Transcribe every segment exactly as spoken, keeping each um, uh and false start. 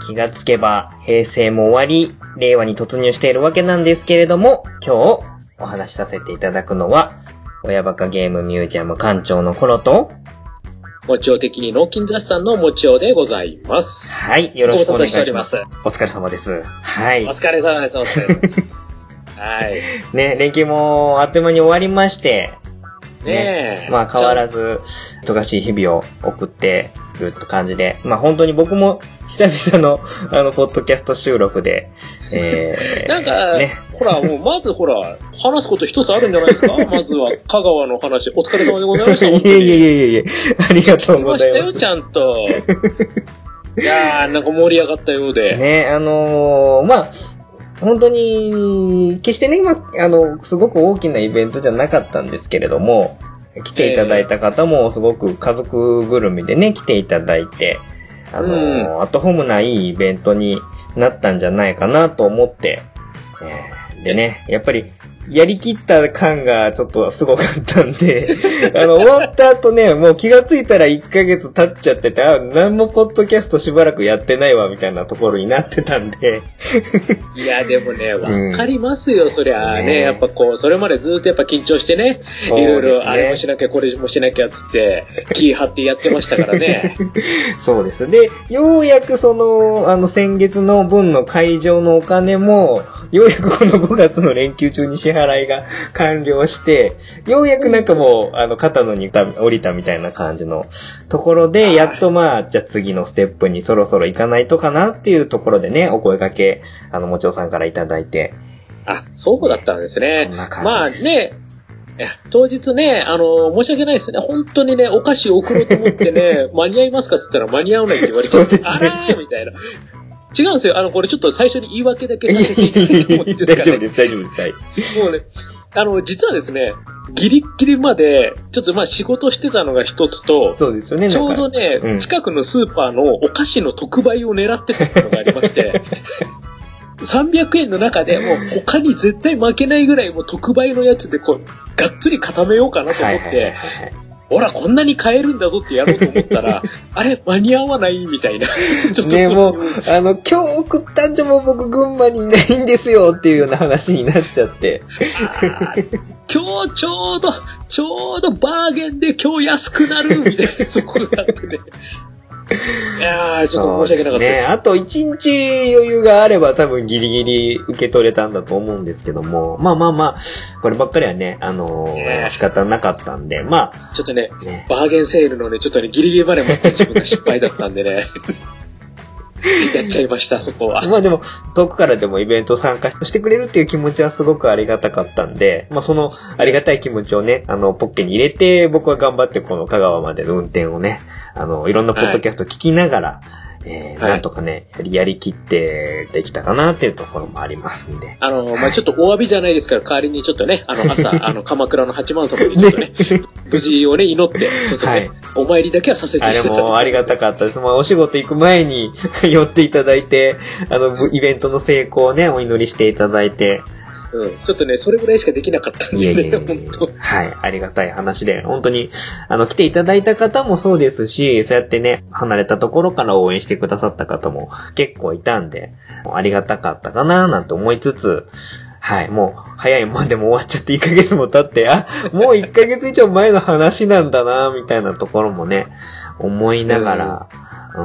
気がつけば平成も終わり、令和に突入しているわけなんですけれども、今日お話しさせていただくのは、親バカゲームミュージアム館長のコロと、 もちお的に脳筋雑談のもちおでございます。 はい、よろしくお願いします。お疲れ様です。はい。 お疲れ様です。お疲れ様です。はい。 ね、連休もあっという間に終わりまして、 ね, ねえ。まあ変わらず忙しい日々を送っているって感じで、まあ本当に僕も久々のあのポッドキャスト収録で、えー、なんか、ね、ほらもうまずほら話すこと一つあるんじゃないですか。まずは香川の話、お疲れ様でございました。 いえいえいえいえ、ありがとうございます。 聞きましたよちゃんと。いやーなんか盛り上がったようで。 ね、あのー、まあ。本当に、決してね、ま、あの、すごく大きなイベントじゃなかったんですけれども、来ていただいた方もすごく家族ぐるみでね、来ていただいて、あの、うん、アットホームないいイベントになったんじゃないかなと思って、えー、でね、やっぱり、やりきった感がちょっとすごかったんで、あの、終わった後ね、もう気がついたらいっかげつ経っちゃってて、あ、何もポッドキャストしばらくやってないわ、みたいなところになってたんで。 いや、でもね、わかりますよ、うん、そりゃね、ね、やっぱこう、それまでずっとやっぱ緊張してね、いろいろあれもしなきゃこれもしなきゃつって、気張ってやってましたからね。 そうです。で、ようやくその、あの、先月の分の会場のお金も、ようやくこのごがつの連休中に支払いが完了して、ようやくなんかもう、あの、肩の荷が降りたみたいな感じのところで、やっとまあ、じゃあ次のステップにそろそろ行かないとかなっていうところでね、お声掛け、あの、もちおさんからいただいて。 あ、そうだったんですね。 そんな感じです。まあね、いや当日ね、あの、申し訳ないですね。本当にね、お菓子を送ろうと思ってね、間に合いますかって言ったら間に合わないって言われちゃって、ね、あらーみたいな。違うんですよ。あの、これちょっと最初に言い訳だけさせていただいてもいいですかね。 大丈夫です、大丈夫です。はい。 もうね、あの、実はですね、ギリッギリまで、ちょっとまあ仕事してたのが一つと、 そうですよね、 ちょうどね、うん、近くのスーパーのお菓子の特売を狙ってたのがありまして、さんびゃくえんの中でもう他に絶対負けないぐらいもう特売のやつでこう、がっつり固めようかなと思って、ほら、こんなに買えるんだぞってやろうと思ったら、あれ、間に合わないみたいな。 ちょっとね、もう、あの、今日送ったんじゃもう僕、群馬にいないんですよっていうような話になっちゃって。 今日ちょうど、ちょうどバーゲンで今日安くなるみたいなところがあってね。いやー、ちょっと申し訳なかったです。 ね、あと一日余裕があれば多分ギリギリ受け取れたんだと思うんですけども、まあまあまあ、こればっかりはね、あのーね、仕方なかったんで、まあ。 ちょっとね、ねバーゲンセールのね、ちょっとね、ギリギリまで待った自分が失敗だったんでね。やっちゃいました、そこは。 まあでも、遠くからでもイベント参加してくれるっていう気持ちはすごくありがたかったんで、まあそのありがたい気持ちをね、あの、ポッケに入れて、僕は頑張ってこの香川までの運転をね、あの、いろんなポッドキャスト聞きながら、はい、えーはい、なんとかね、やり、やりきってできたかなっていうところもありますんで。 あの、まあちょっとお詫びじゃないですから、代わりにちょっとね、あの、朝、あの、鎌倉の八幡様にちょっとね、ね無事をね、祈って、ちょっとね、はい、お参りだけはさせていただいて。 あれもありがたかったです。まあお仕事行く前に寄っていただいて、あの、イベントの成功をね、お祈りしていただいて、 うん、ちょっとね、それぐらいしかできなかったんで、ね、いやいやいや本当。 はい、ありがたい話で、本当に、あの、来ていただいた方もそうですし、そうやってね、離れたところから応援してくださった方も結構いたんで、ありがたかったかななんて思いつつ、はい、もう、早いもんでも終わっちゃっていっかげつも経って、あ、もういっかげつ以上前の話なんだなみたいなところもね、思いながら、うん、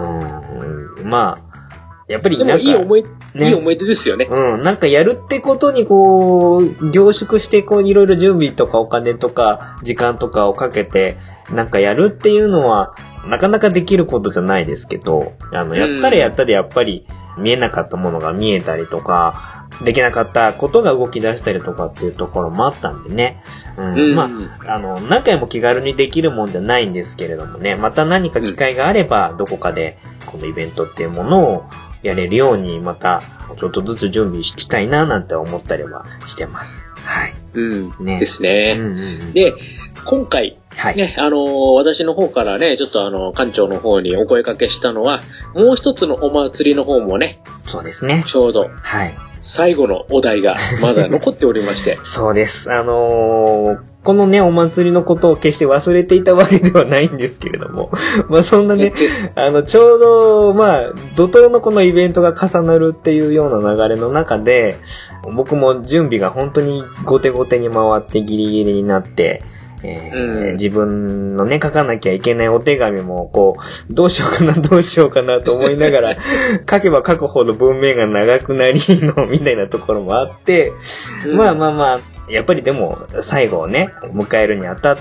うん、まあ、やっぱりなんか、 でもいい思い、ね、いい思い出ですよね。 うん。なんかやるってことにこう、凝縮してこういろいろ準備とかお金とか時間とかをかけて、なんかやるっていうのは、なかなかできることじゃないですけど、あの、やったらやったでやっぱり見えなかったものが見えたりとか、できなかったことが動き出したりとかっていうところもあったんでね。うん。うん、まあ、あの、何回も気軽にできるもんじゃないんですけれどもね、また何か機会があれば、どこかでこのイベントっていうものをやれるようにまたちょっとずつ準備したいななんて思ったりはしてます。はい。 うん。ね。ですね。うんうんうん、で、今回、 はい。 ね、あのー、私の方からね、ちょっとあの、館長の方にお声掛けしたのは、もう一つのお祭りの方もね。 そうですね。 ちょうど。 はい。 最後のお題がまだ残っておりまして。 そうです。あのー、 このね、お祭りのことを決して忘れていたわけではないんですけれども。まあそんなね、あの、ちょうど、まあ、怒涛のこのイベントが重なるっていうような流れの中で、僕も準備が本当に後手後手に回ってギリギリになって、えーうん、自分のね、書かなきゃいけないお手紙も、こう、どうしようかな、どうしようかなと思いながら、書けば書くほど文面が長くなりの、みたいなところもあって、うん、まあまあまあ、やっぱりでも、最後をね、迎えるにあたって、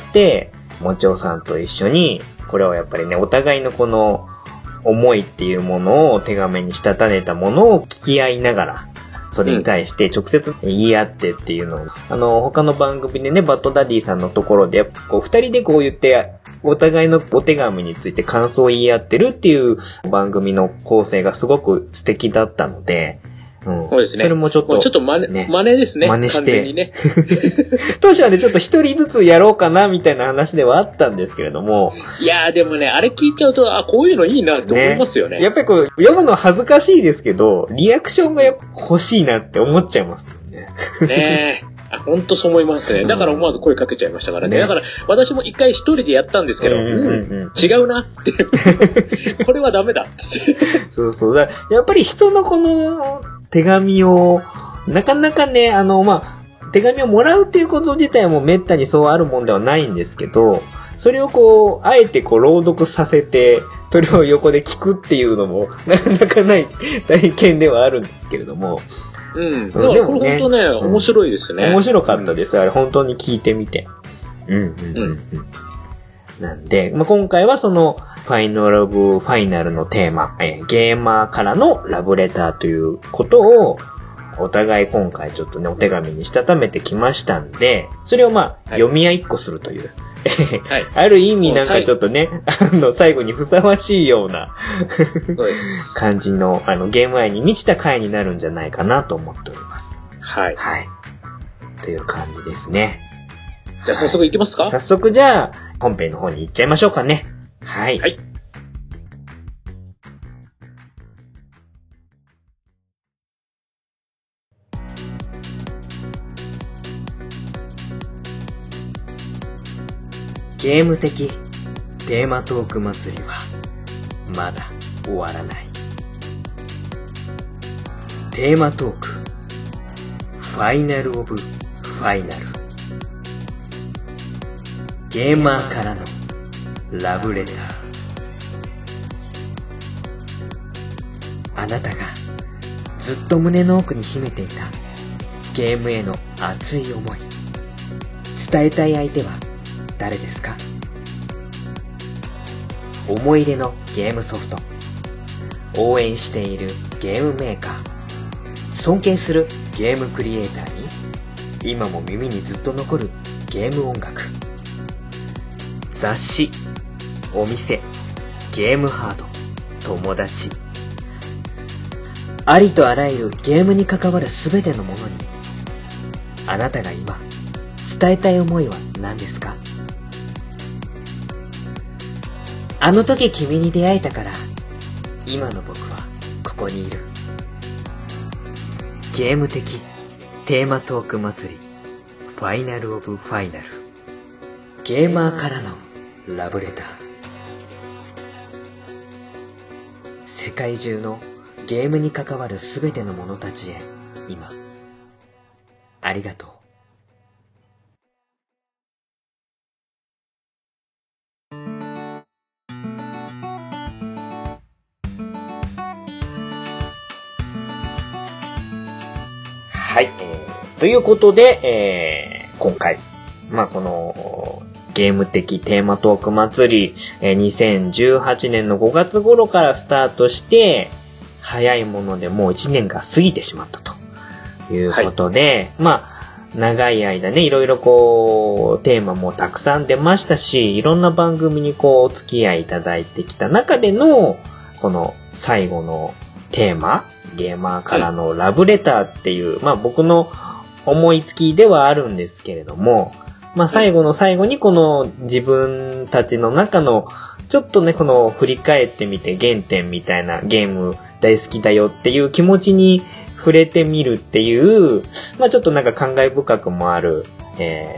もちおさんと一緒に、これはやっぱりね、お互いのこの、思いっていうものを手紙にしたたねたものを聞き合いながら、それに対して直接言い合ってっていうのを、うん、あの、他の番組でね、バッドダディさんのところで、こう、二人でこう言って、お互いのお手紙について感想を言い合ってるっていう番組の構成がすごく素敵だったので、うん、そうですね。それもちょっと、 ちょっと真似、ね、真似ですね。 真似して。 完全にね、 当初はね、ちょっと一人ずつやろうかな、みたいな話ではあったんですけれども。 いやーでもね、あれ聞いちゃうと、あ、こういうのいいなって思いますよね。 ね、やっぱりこう、読むの恥ずかしいですけど、リアクションがやっぱ欲しいなって思っちゃいますよね。 ねえ。あ、ほんとそう思いますね。だから思わず声かけちゃいましたからね。ね、だから私も一回一人でやったんですけど、うんうんうん、違うなっていう。これはダメだって。 そうそう。だやっぱり人のこの手紙を、なかなかね、あの、まあ、手紙をもらうっていうこと自体もめったにそうあるもんではないんですけど、それをこう、あえてこう朗読させて、それを横で聞くっていうのも、なかなかない体験ではあるんですけれども、 うん。でもこれ本当ね、うん、面白いですね。 面白かったです。あれ本当に聞いてみて。うんうんうんうん。うん、なんで、まあ、今回はそのファイナルオブファイナルのテーマ、えー、ゲーマーからのラブレターということをお互い今回ちょっとねお手紙にしたためてきましたんで、それをまあ、はい、読み合いっこするという。はい、ある意味なんかちょっとね、あの、最後にふさわしいような感じの、あの、ゲーム愛に満ちた回になるんじゃないかなと思っております。 はい。 はい。という感じですね。 じゃあ早速行きますか？ 早速じゃあ、本編の方に行っちゃいましょうかね。はい。はい。ゲーム的テーマトーク祭りはまだ終わらない。テーマトークファイナルオブファイナル。ゲーマーからのラブレター。あなたがずっと胸の奥に秘めていたゲームへの熱い思い、伝えたい相手は誰ですか？思い出のゲームソフト、応援しているゲームメーカー、尊敬するゲームクリエイターに今も耳にずっと残るゲーム音楽、雑誌、お店、ゲームハード、友達、ありとあらゆるゲームに関わるすべてのものにあなたが今伝えたい思いは何ですか？あの時君に出会えたから今の僕はここにいる。ゲーム的テーマトーク祭りファイナルオブファイナル。ゲーマーからのラブレター。世界中のゲームに関わるすべての者たちへ今ありがとう。はい、えー、ということで、えー、今回、まあ、この、ゲーム的テーマトーク祭り、えー、にせんじゅうはちねんのごがつ頃からスタートして、早いものでもういちねんが過ぎてしまったということで、はい、まあ、長い間ね、いろいろこう、テーマもたくさん出ましたし、いろんな番組にこう、お付き合いいただいてきた中での、この最後のテーマ、ゲーマーからのラブレターっていう、まあ僕の思いつきではあるんですけれども、まあ最後の最後にこの自分たちの中のちょっとねこの振り返ってみて原点みたいなゲーム大好きだよっていう気持ちに触れてみるっていう、まあちょっとなんか感慨深くもある、えー、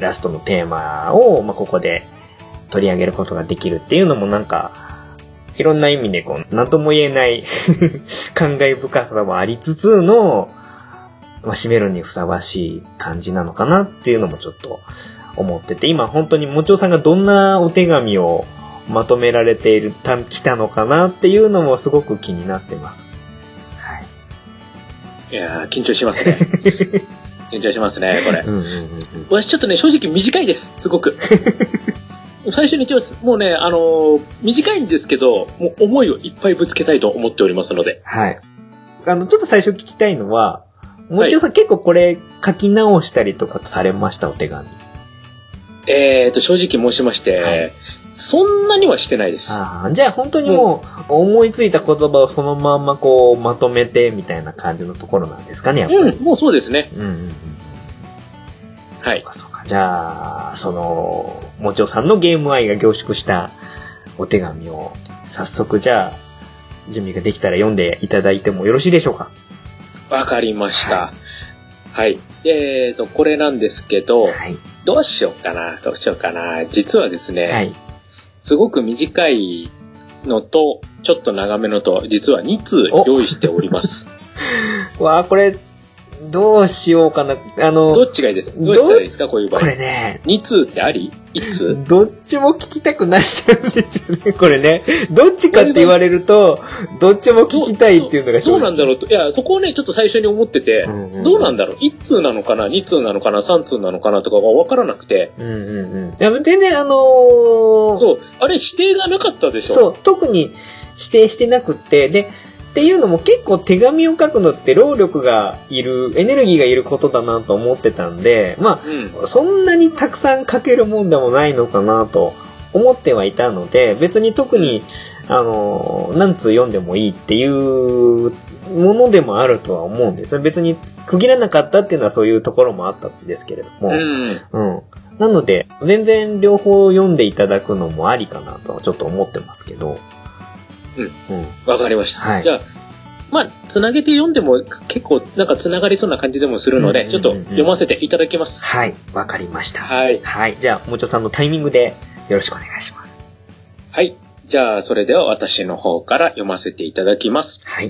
ラストのテーマを、まあ、ここで取り上げることができるっていうのもなんか、いろんな意味でこう、なんとも言えない感慨深さもありつつの、まあ、締めるにふさわしい感じなのかなっていうのもちょっと思ってて、今本当にもちおさんがどんなお手紙をまとめられている、た、来たのかなっていうのもすごく気になってます。はい。 いやー、緊張しますね。緊張しますね、これ。 うんうんうんうん、 私ちょっとね、正直短いです、すごく。最初に言ってます。もうね、あのー、短いんですけど、もう思いをいっぱいぶつけたいと思っておりますので。 はい。あの、ちょっと最初聞きたいのは、もちおさん、はい、結構これ書き直したりとかされました、お手紙。 えーと、正直申しまして、はい、そんなにはしてないです。 あじゃあ本当にもう、思いついた言葉をそのまんまこう、まとめてみたいな感じのところなんですかね、やっぱり。 うん、もうそうですね。 うんうんうん。 はい。 そうかそうか。じゃあ、その、もちおさんのゲーム愛が凝縮したお手紙を、早速じゃあ、準備ができたら読んでいただいてもよろしいでしょうか？ わかりました。はい。はい、えーと、これなんですけど、はい、どうしようかな、どうしようかな。実はですね、はい、すごく短いのと、ちょっと長めのと、実はに通用意しております。 わあ、これ、どうしようかな。あの、 どっちがいいですどうしたらいいですかこういう場合。 これね。 に通ってあり ?いち 通どっちも聞きたくなっちゃうんですよね。これね。どっちかって言われると、どっちも聞きたいっていうのが正直。 どうなんだろうと。いや、そこをね、ちょっと最初に思ってて、うんうん、どうなんだろう ?いち 通なのかな ?に 通なのかな ?さん 通なのかなとかがわからなくて。 うんうんうん。いや、全然あのー、 そう。あれ指定がなかったでしょそう。特に指定してなくって、で、っていうのも結構手紙を書くのって労力がいる、エネルギーがいることだなと思ってたんで、まあ、うん、そんなにたくさん書けるもんでもないのかなと思ってはいたので、別に特に、あの、何通読んでもいいっていうものでもあるとは思うんです。別に区切らなかったっていうのはそういうところもあったんですけれども、うん。うん、なので、全然両方読んでいただくのもありかなとはちょっと思ってますけど、 うん。うん。わかりました。 はい。 じゃあ、まあ、つなげて読んでも結構なんかつながりそうな感じでもするので、うんうんうんうん、ちょっと読ませていただきます。 はい。わかりました。 はい。 はい。じゃあ、もちおさんのタイミングでよろしくお願いします。 はい。じゃあ、それでは私の方から読ませていただきます。 はい。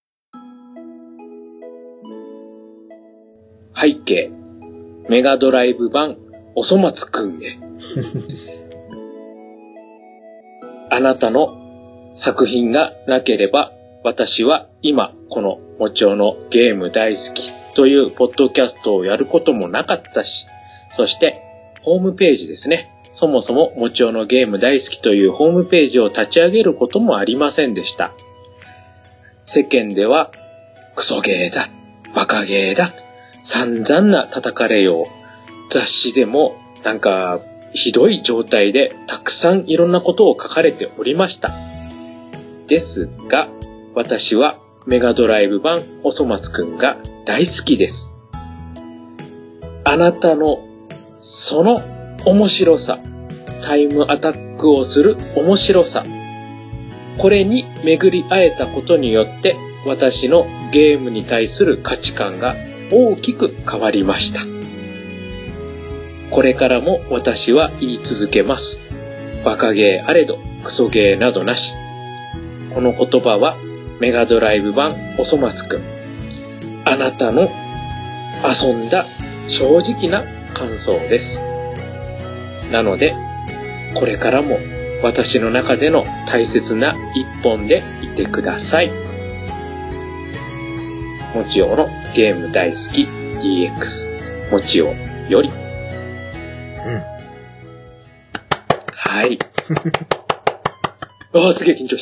背景。メガドライブ版おそ松くんへ。あなたの作品がなければ私は今このもちおのゲーム大好きというポッドキャストをやることもなかったし、そしてホームページですね。そもそももちおのゲーム大好きというホームページを立ち上げることもありませんでした。世間ではクソゲーだ、バカゲーだ、散々な叩かれよう。雑誌でもなんかひどい状態でたくさんいろんなことを書かれておりました。ですが、私はメガドライブ版おそ松くんが大好きです。あなたのその面白さ、タイムアタックをする面白さ、これに巡り会えたことによって私のゲームに対する価値観が大きく変わりました。これからも私は言い続けます。バカゲーあれどクソゲーなどなし。この言葉はメガドライブ版おそ松くん。あなたの遊んだ正直な感想です。なので、これからも私の中での大切な一本でいてください。もちおのゲーム大好き ディーエックス もちおより。うん。はい。ああ、すげえ緊張した。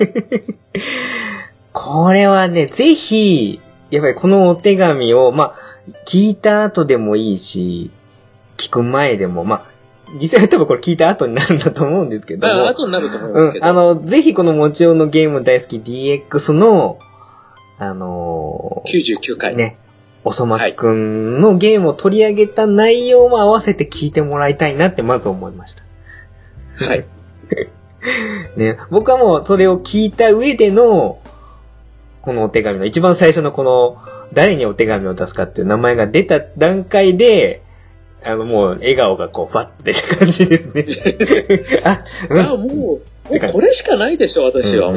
これはね、ぜひ、やっぱりこのお手紙を、まあ、聞いた後でもいいし、聞く前でも、まあ、実際多分これ聞いた後になるんだと思うんですけども。 ああ、後になると思いますけど。 うん、あの、ぜひこのもちおのゲーム大好き ディーエックス の、あのー、 きゅうじゅうきゅうかい。 ね。おそ松くんのゲームを取り上げた内容も合わせて聞いてもらいたいなってまず思いました。 はい。 ね、僕はもうそれを聞いた上での、このお手紙の一番最初のこの、誰にお手紙を出すかっていう名前が出た段階で、 あの、もう、笑顔がこう、ファッてって感じですね。あ、 うん、あ、もう、もうこれしかないでしょ、私は。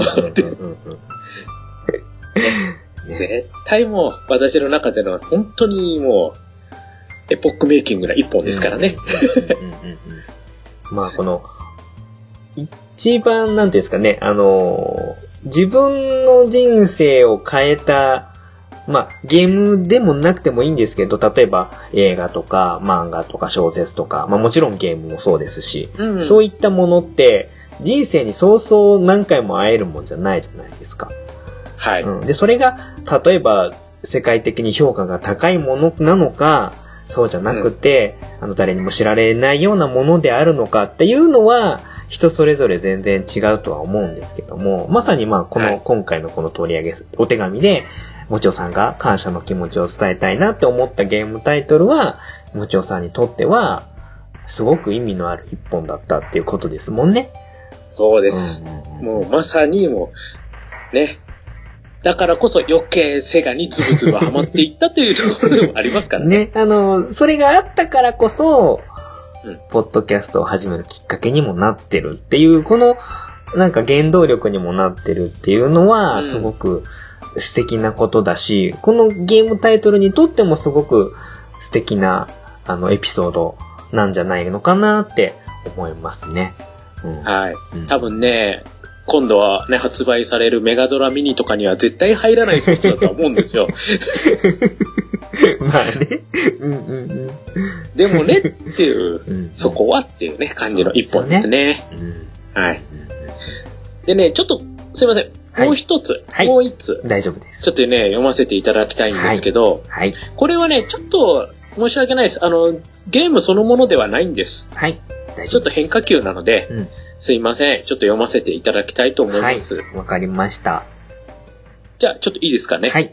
絶対もう、私の中での、本当にもう、エポックメイキングな一本ですからね。 まあ、この、一番、なんていうんですかね、あの、自分の人生を変えた、まあ、ゲームでもなくてもいいんですけど、例えば映画とか漫画とか小説とか、まあもちろんゲームもそうですし、うん、そういったものって人生にそうそう何回も会えるもんじゃないじゃないですか。 はい。 うん、で、それが例えば世界的に評価が高いものなのか、そうじゃなくて、うん、あの誰にも知られないようなものであるのかっていうのは、人それぞれ全然違うとは思うんですけども、まさにまあこの、はい、今回のこの取り上げ、お手紙で、もちおさんが感謝の気持ちを伝えたいなって思ったゲームタイトルは、もちおさんにとっては、すごく意味のある一本だったっていうことですもんね。 そうです。うん、もうまさにもう、ね。だからこそ余計セガにズブズブハマっていったというところでもありますからね。 ね、あの、それがあったからこそ、うん、ポッドキャストを始めるきっかけにもなってるっていう、この、なんか原動力にもなってるっていうのは、すごく、うん素敵なことだし、このゲームタイトルにとってもすごく素敵なあのエピソードなんじゃないのかなって思いますね。 うん、はい、うん。多分ね、今度はね発売されるメガドラミニとかには絶対入らないソフトだと思うんですよ。 まあね。うんうんうん。 でもねっていう、うん、そこはっていうね感じの一本ですね。すねうん、はい。でねちょっとすいません。もう一つ、はい、もう一つ。 大丈夫です。 ちょっとね、読ませていただきたいんですけど、 はい。はい、 これはね、ちょっと申し訳ないです。あの、ゲームそのものではないんです。 はい。 大丈夫です。ちょっと変化球なので、うん、すいません。ちょっと読ませていただきたいと思います。 はい。わかりました。 じゃあ、ちょっといいですかね。 はい。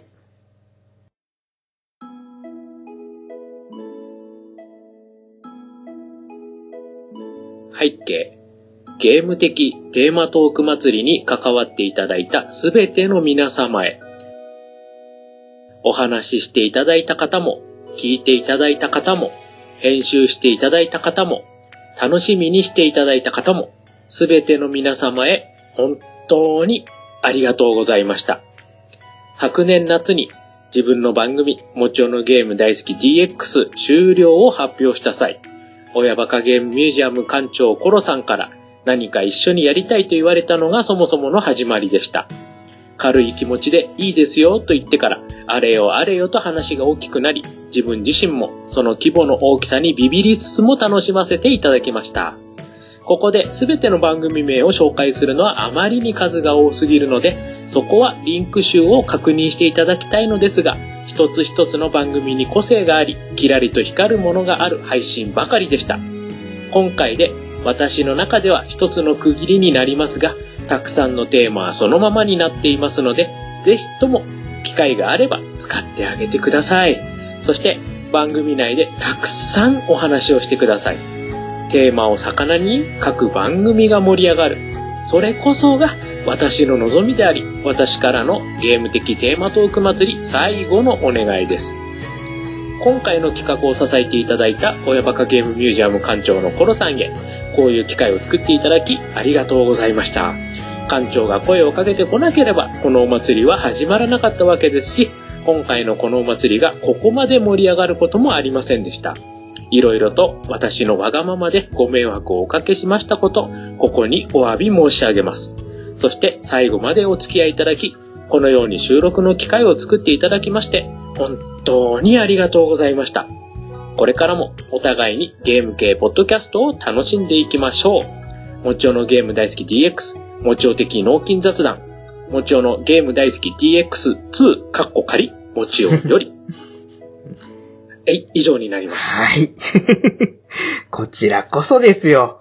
背景。ゲーム的テーマトーク祭りに関わっていただいたすべての皆様へ。お話ししていただいた方も、聞いていただいた方も、編集していただいた方も、楽しみにしていただいた方も、すべての皆様へ本当にありがとうございました。昨年夏に自分の番組、もちおのゲーム大好き ディーエックス 終了を発表した際、親バカゲームミュージアム館長コロさんから何か一緒にやりたいと言われたのがそもそもの始まりでした。軽い気持ちでいいですよと言ってから、あれよあれよと話が大きくなり、自分自身もその規模の大きさにビビりつつも楽しませていただきました。ここで全ての番組名を紹介するのはあまりに数が多すぎるので、そこはリンク集を確認していただきたいのですが、一つ一つの番組に個性があり、キラリと光るものがある配信ばかりでした。今回で私の中では一つの区切りになりますが、たくさんのテーマはそのままになっていますので、ぜひとも機会があれば使ってあげてください。そして番組内でたくさんお話をしてください。テーマを魚に各番組が盛り上がる。それこそが私の望みであり、私からのゲーム的テーマトーク祭り最後のお願いです。今回の企画を支えていただいた親バカゲームミュージアム館長のコロさんへ、こういう機会を作っていただきありがとうございました。館長が声をかけてこなければこのお祭りは始まらなかったわけですし、今回のこのお祭りがここまで盛り上がることもありませんでした。いろいろと私のわがままでご迷惑をおかけしましたこと、ここにお詫び申し上げます。そして最後までお付き合いいただき、このように収録の機会を作っていただきまして本当にありがとうございました。これからもお互いにゲーム系ポッドキャストを楽しんでいきましょう。もちおのゲーム大好き ディーエックス、もちお的脳筋雑談、もちおのゲーム大好き ディーエックスツー かっこ仮、もちおより。えい、以上になります。 はい。こちらこそですよ。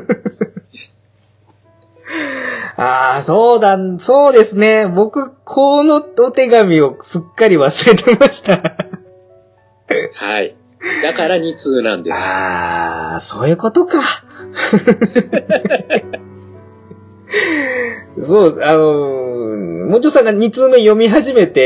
ああ、そうだ、そうですね。僕、このお手紙をすっかり忘れてました。 はい。だからに通なんです。 ああ、そういうことか。そう、あのー、もちおさんがに通目読み始めて、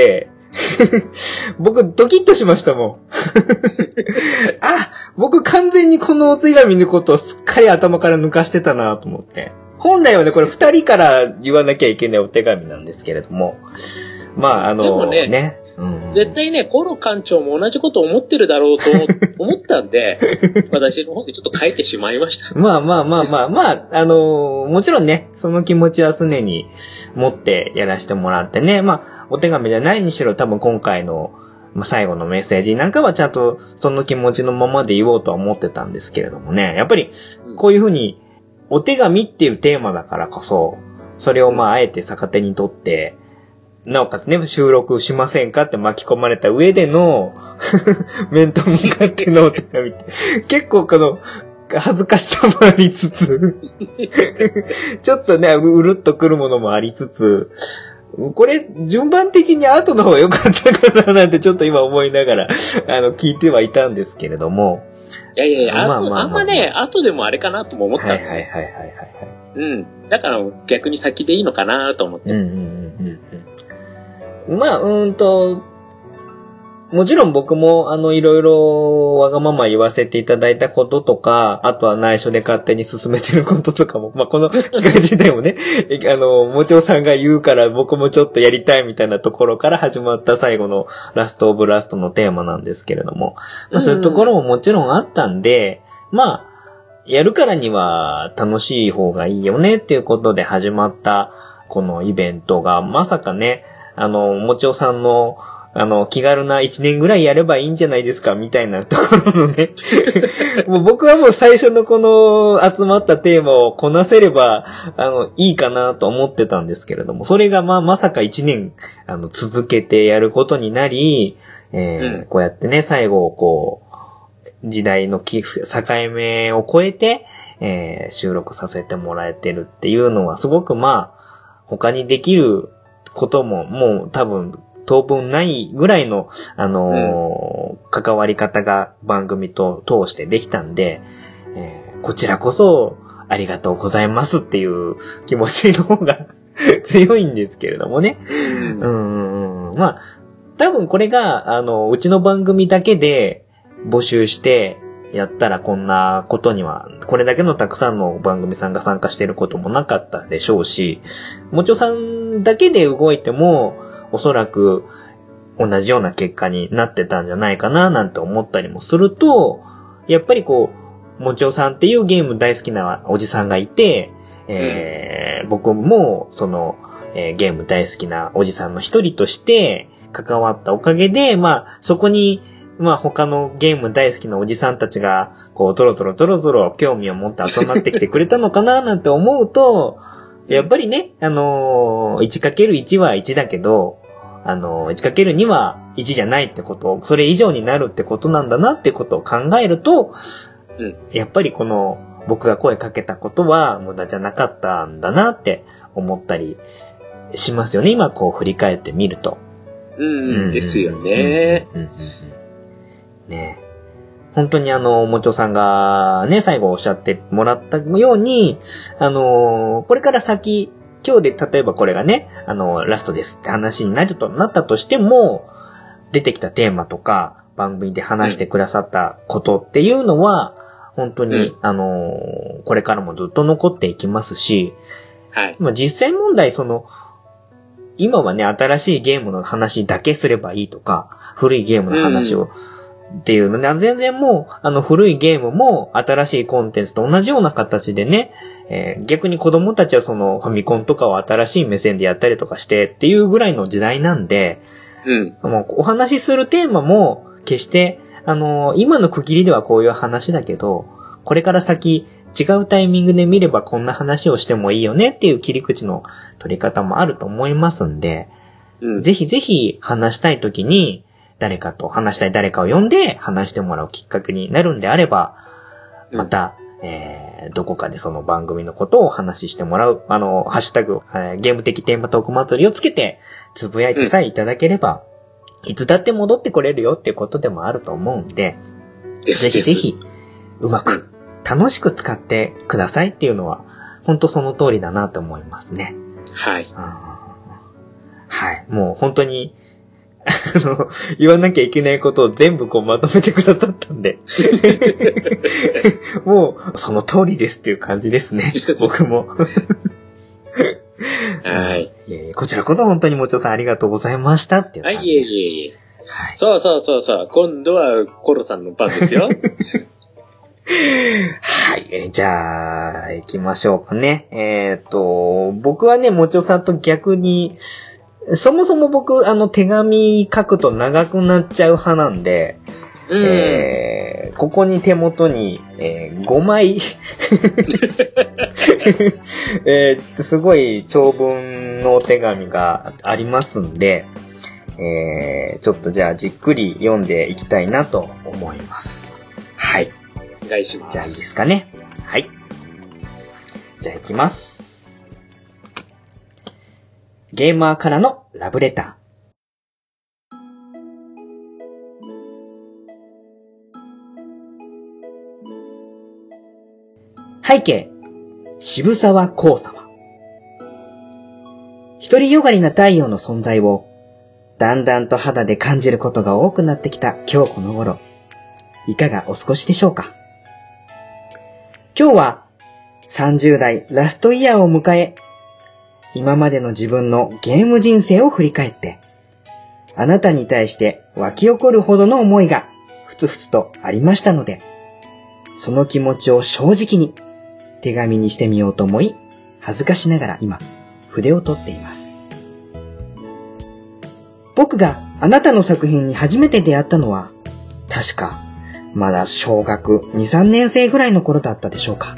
僕ドキッとしましたもん。あ、僕完全にこのお手紙のことをすっかり頭から抜かしてたなと思って。本来はね、これ二人から言わなきゃいけないお手紙なんですけれども。まあ、あの、 でもね、 ねうん、 絶対ね、コロ館長も同じこと思ってるだろうと思ったんで、私の方でちょっと書いてしまいました。 まあまあまあまあまあ、あのー、もちろんね、その気持ちは常に持ってやらせてもらってね、まあ、お手紙じゃないにしろ多分今回の、まあ、最後のメッセージなんかはちゃんとその気持ちのままで言おうとは思ってたんですけれどもね、やっぱりこういうふうにお手紙っていうテーマだからこそ、それをまああえて逆手にとって、なおかつね、収録しませんかって巻き込まれた上での、面と向かってのお手紙って、結構この、恥ずかしさもありつつ、ちょっとね、うるっとくるものもありつつ、これ、順番的に後の方が良かったかななんてちょっと今思いながら、あの、聞いてはいたんですけれども。 いやいやいや、まあまあまあ、あんまね、後でもあれかなとも思ったんで。 はいはいはいはいはい。 うん。だから逆に先でいいのかなと思って。 うんうんうんうん。まあ、うーんと、もちろん僕も、あの、いろいろわがまま言わせていただいたこととか、あとは内緒で勝手に進めてることとかも、まあ、この機会自体もね、あの、もちおさんが言うから僕もちょっとやりたいみたいなところから始まった最後のラストオブラストのテーマなんですけれども、まあ、そういうところももちろんあったんで、まあ、やるからには楽しい方がいいよねっていうことで始まったこのイベントが、まさかね、あの、もちおさんのあの、気軽な一年ぐらいやればいいんじゃないですかみたいなところのね。もう僕はもう最初のこの集まったテーマをこなせれば、あの、いいかなと思ってたんですけれども、それがまあまさか一年、あの、続けてやることになり、えーうん、こうやってね、最後、こう、時代の境目を超えて、えー、収録させてもらえてるっていうのはすごくまあ、他にできることももう多分、当分ないぐらいの、あのーうん、関わり方が番組と通してできたんで、えー、こちらこそありがとうございますっていう気持ちの方が強いんですけれどもね。うん、うん、まあ、多分これが、あの、うちの番組だけで募集してやったらこんなことには、これだけのたくさんの番組さんが参加していることもなかったでしょうし、もちおさんだけで動いても、おそらく同じような結果になってたんじゃないかななんて思ったりもすると、やっぱりこう、もちおさんっていうゲーム大好きなおじさんがいて、えーうん、僕もその、えー、ゲーム大好きなおじさんの一人として関わったおかげで、まあそこに、まあ他のゲーム大好きなおじさんたちが、こうゾロゾロゾロゾロ興味を持って集まってきてくれたのかななんて思うと、やっぱりね、あのー、いちかけるいち はいちだけど、あのー、いちかけるに はいちじゃないってこと、それ以上になるってことなんだなってことを考えると、うん、やっぱりこの僕が声かけたことは無駄じゃなかったんだなって思ったりしますよね。今こう振り返ってみると。 うん、うん、ですよね。うんうんうんうん、ね。本当にあの、もちおさんがね、最後おっしゃってもらったように、あのー、これから先、今日で例えばこれがね、あのー、ラストですって話になると、なったとしても、出てきたテーマとか、番組で話してくださったことっていうのは、本当に、うん、あのー、これからもずっと残っていきますし、はい。まあ実際問題、その、今はね、新しいゲームの話だけすればいいとか、古いゲームの話を、うんっていうのね、全然もう、あの古いゲームも新しいコンテンツと同じような形でね、えー、逆に子供たちはそのファミコンとかを新しい目線でやったりとかしてっていうぐらいの時代なんで、うん。もうお話しするテーマも決して、あのー、今の区切りではこういう話だけど、これから先違うタイミングで見ればこんな話をしてもいいよねっていう切り口の取り方もあると思いますんで、うん、ぜひぜひ話したいときに、誰かと話したい誰かを呼んで話してもらうきっかけになるんであれば、また、うん、えー、どこかでその番組のことをお話ししてもらう、あの、ハッシュタグ、えー、ゲーム的テーマトーク祭りをつけて、つぶやいてさえいただければ、うん、いつだって戻ってこれるよっていうことでもあると思うんで、ぜひぜひ、うまく、楽しく使ってくださいっていうのは、本当その通りだなと思いますね。 はい。 はい。もう本当に、 あの、言わなきゃいけないことを全部こうまとめてくださったんで。もう、その通りですっていう感じですね。僕も。 はい。 こちらこそ本当にもちおさんありがとうございましたっていう感じです。はい、いえいえいえ。はい、そうそうそうそう。今度はコロさんの番ですよ。 はい、えー。じゃあ、行きましょうかね。えっと、僕はね、もちおさんと逆に、そもそも僕、あの、手紙書くと長くなっちゃう派なんで、うん、えー、ここに手元に、えー、ごまい、えー、すごい長文のお手紙がありますんで、えー、ちょっとじゃあじっくり読んでいきたいなと思います。はい。 お願いします。 じゃあいいですかね。はい。じゃあいきます。ゲーマーからのラブレター。背景、渋沢幸様。独りよがりな太陽の存在を、だんだんと肌で感じることが多くなってきた今日この頃、いかがお過ごしでしょうか。今日はさんじゅう代ラストイヤーを迎え、今までの自分のゲーム人生を振り返って、あなたに対して湧き起こるほどの思いがふつふつとありましたので、その気持ちを正直に手紙にしてみようと思い、恥ずかしながら今、筆を取っています。僕があなたの作品に初めて出会ったのは、確か、まだ小学に、さんねん生ぐらいの頃だったでしょうか。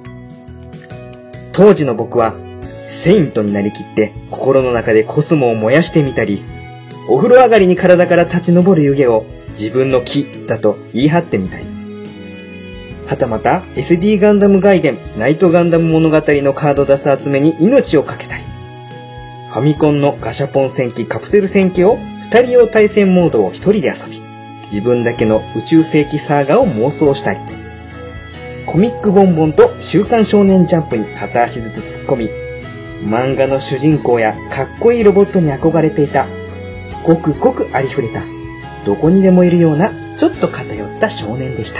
当時の僕は、セイントになりきって心の中でコスモを燃やしてみたり、お風呂上がりに体から立ち上る湯気を自分の木だと言い張ってみたり、はたまた エスディー ガンダム外伝ナイトガンダム物語のカード出す集めに命をかけたり、ファミコンのガシャポン戦記カプセル戦記を二人用対戦モードを一人で遊び、自分だけの宇宙世紀サーガを妄想したり、コミックボンボンと週刊少年ジャンプに片足ずつ突っ込み、漫画の主人公やかっこいいロボットに憧れていた、ごくごくありふれた、どこにでもいるようなちょっと偏った少年でした。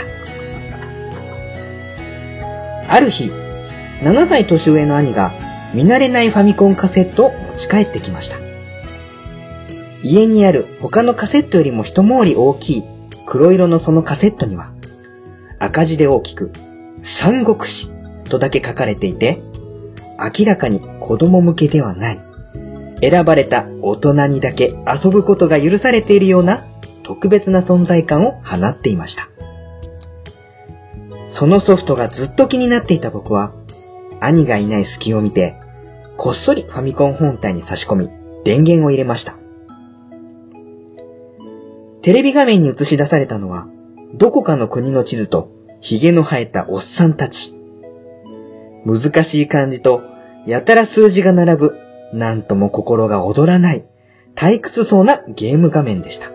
ある日、ななさい年上の兄が見慣れないファミコンカセットを持ち帰ってきました。家にある他のカセットよりも一回り大きい黒色のそのカセットには、赤字で大きく三国志とだけ書かれていて、明らかに子供向けではない、選ばれた大人にだけ遊ぶことが許されているような特別な存在感を放っていました。そのソフトがずっと気になっていた僕は、兄がいない隙を見て、こっそりファミコン本体に差し込み、電源を入れました。テレビ画面に映し出されたのは、どこかの国の地図と、髭の生えたおっさんたち。難しい漢字と、やたら数字が並ぶ、なんとも心が躍らない、退屈そうなゲーム画面でした。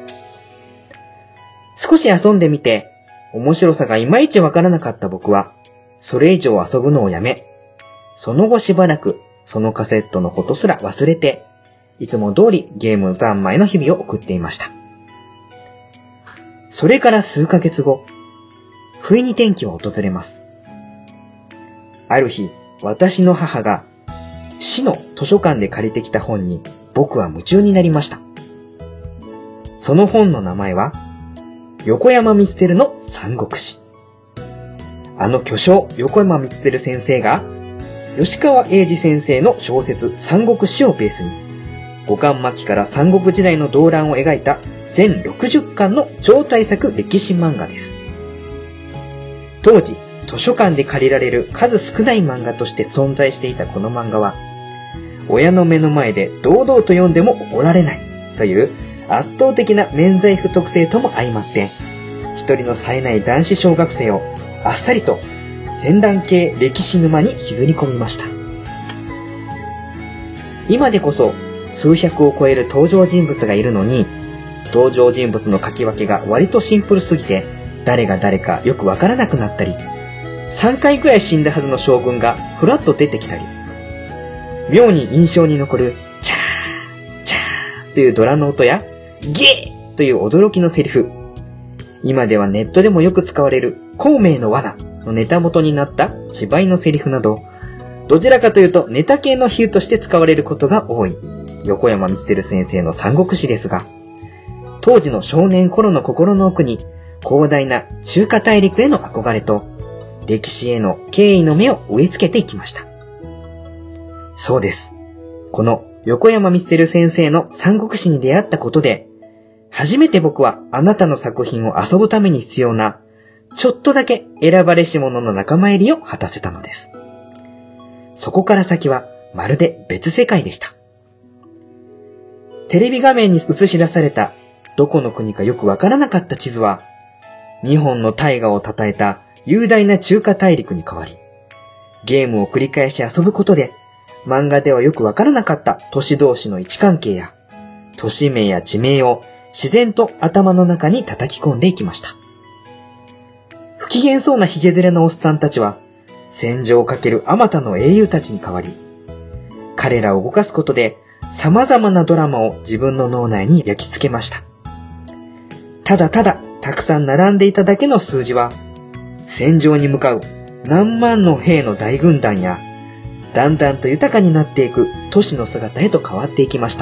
少し遊んでみて、面白さがいまいちわからなかった僕は、それ以上遊ぶのをやめ、その後しばらくそのカセットのことすら忘れて、いつも通りゲーム三昧の日々を送っていました。それから数ヶ月後、不意に転機は訪れます。ある日、私の母が市の図書館で借りてきた本に僕は夢中になりました。その本の名前は、横山光輝の三国志。あの巨匠横山光輝先生が吉川英治先生の小説三国志をベースに五冠末期から三国時代の動乱を描いた全ろくじゅっかんの超大作歴史漫画です。当時図書館で借りられる数少ない漫画として存在していたこの漫画は、親の目の前で堂々と読んでも怒られないという圧倒的な免罪符特性とも相まって、一人の冴えない男子小学生をあっさりと戦乱系歴史沼に歪り込みました。今でこそ数百を超える登場人物がいるのに、登場人物の書き分けが割とシンプルすぎて、誰が誰かよくわからなくなったり、さんかいくらい死んだはずの将軍がふらっと出てきたり、妙に印象に残るチャーチャーというドラの音やゲーという驚きのセリフ。今ではネットでもよく使われる孔明の罠のネタ元になった芝居のセリフなど、どちらかというとネタ系の比喩として使われることが多い横山光輝先生の三国志ですが、当時の少年頃の心の奥に広大な中華大陸への憧れと歴史への敬意の目を植え付けていきました。そうです。この横山光輝先生の三国志に出会ったことで、初めて僕はあなたの作品を遊ぶために必要な、ちょっとだけ選ばれし者の仲間入りを果たせたのです。そこから先はまるで別世界でした。テレビ画面に映し出されたどこの国かよくわからなかった地図は、にほんの大河を称えた雄大な中華大陸に変わり、ゲームを繰り返し遊ぶことで、漫画ではよくわからなかった都市同士の位置関係や、都市名や地名を自然と頭の中に叩き込んでいきました。不機嫌そうなヒゲズレのおっさんたちは、戦場をかけるあまたの英雄たちに変わり、彼らを動かすことで様々なドラマを自分の脳内に焼き付けました。ただただたくさん並んでいただけの数字は、戦場に向かう何万の兵の大軍団や、だんだんと豊かになっていく都市の姿へと変わっていきました。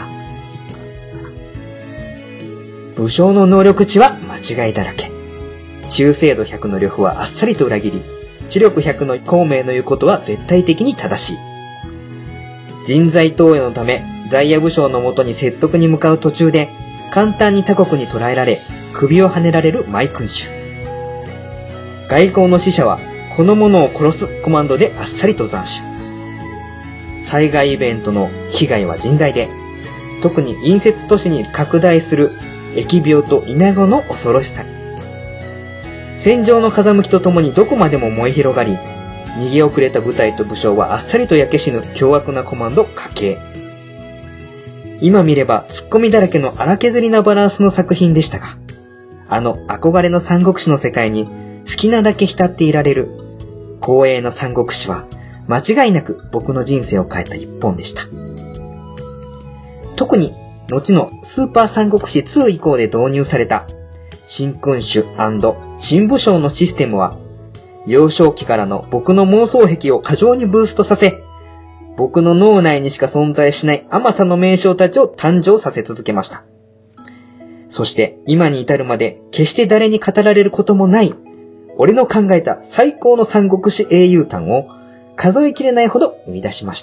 武将の能力値は間違いだらけ。忠誠度ひゃくの呂布はあっさりと裏切り、知力ひゃくの孔明の言うことは絶対的に正しい。人材投与のため、在野武将のもとに説得に向かう途中で、簡単に他国に捕らえられ、首をはねられるマイ君主。外交の使者は、この者を殺すコマンドであっさりと斬首。災害イベントの被害は甚大で、特に隣接都市に拡大する疫病と稲子の恐ろしさ。戦場の風向きとともにどこまでも燃え広がり、逃げ遅れた部隊と武将はあっさりと焼け死ぬ凶悪なコマンド家系。今見ればツッコミだらけの荒削りなバランスの作品でしたが、あの憧れの三国志の世界に好きなだけ浸っていられる光栄の三国志は間違いなく僕の人生を変えた一本でした。特に後のスーパー三国志ツー以降で導入された新君主&新武将のシステムは、幼少期からの僕の妄想癖を過剰にブーストさせ、僕の脳内にしか存在しないあまたの名将たちを誕生させ続けました。そして今に至るまで決して誰に語られることもない、俺の考えた最高の三国志英雄譚を数えきれないほど生み出しました。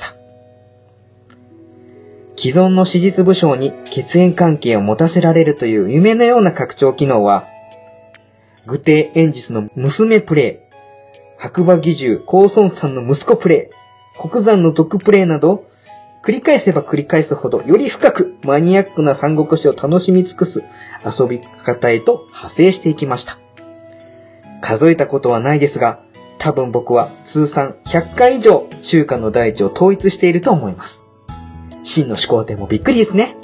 既存の史実武将に血縁関係を持たせられるという夢のような拡張機能は、愚帝演実の娘プレイ、白馬義獣高孫さんの息子プレイ、国山の毒プレイなど、繰り返せば繰り返すほどより深くマニアックな三国志を楽しみ尽くす遊び方へと派生していきました。数えたことはないですが、多分僕は通算ひゃっかい以上中華の大地を統一していると思います。真の始皇帝もびっくりですね。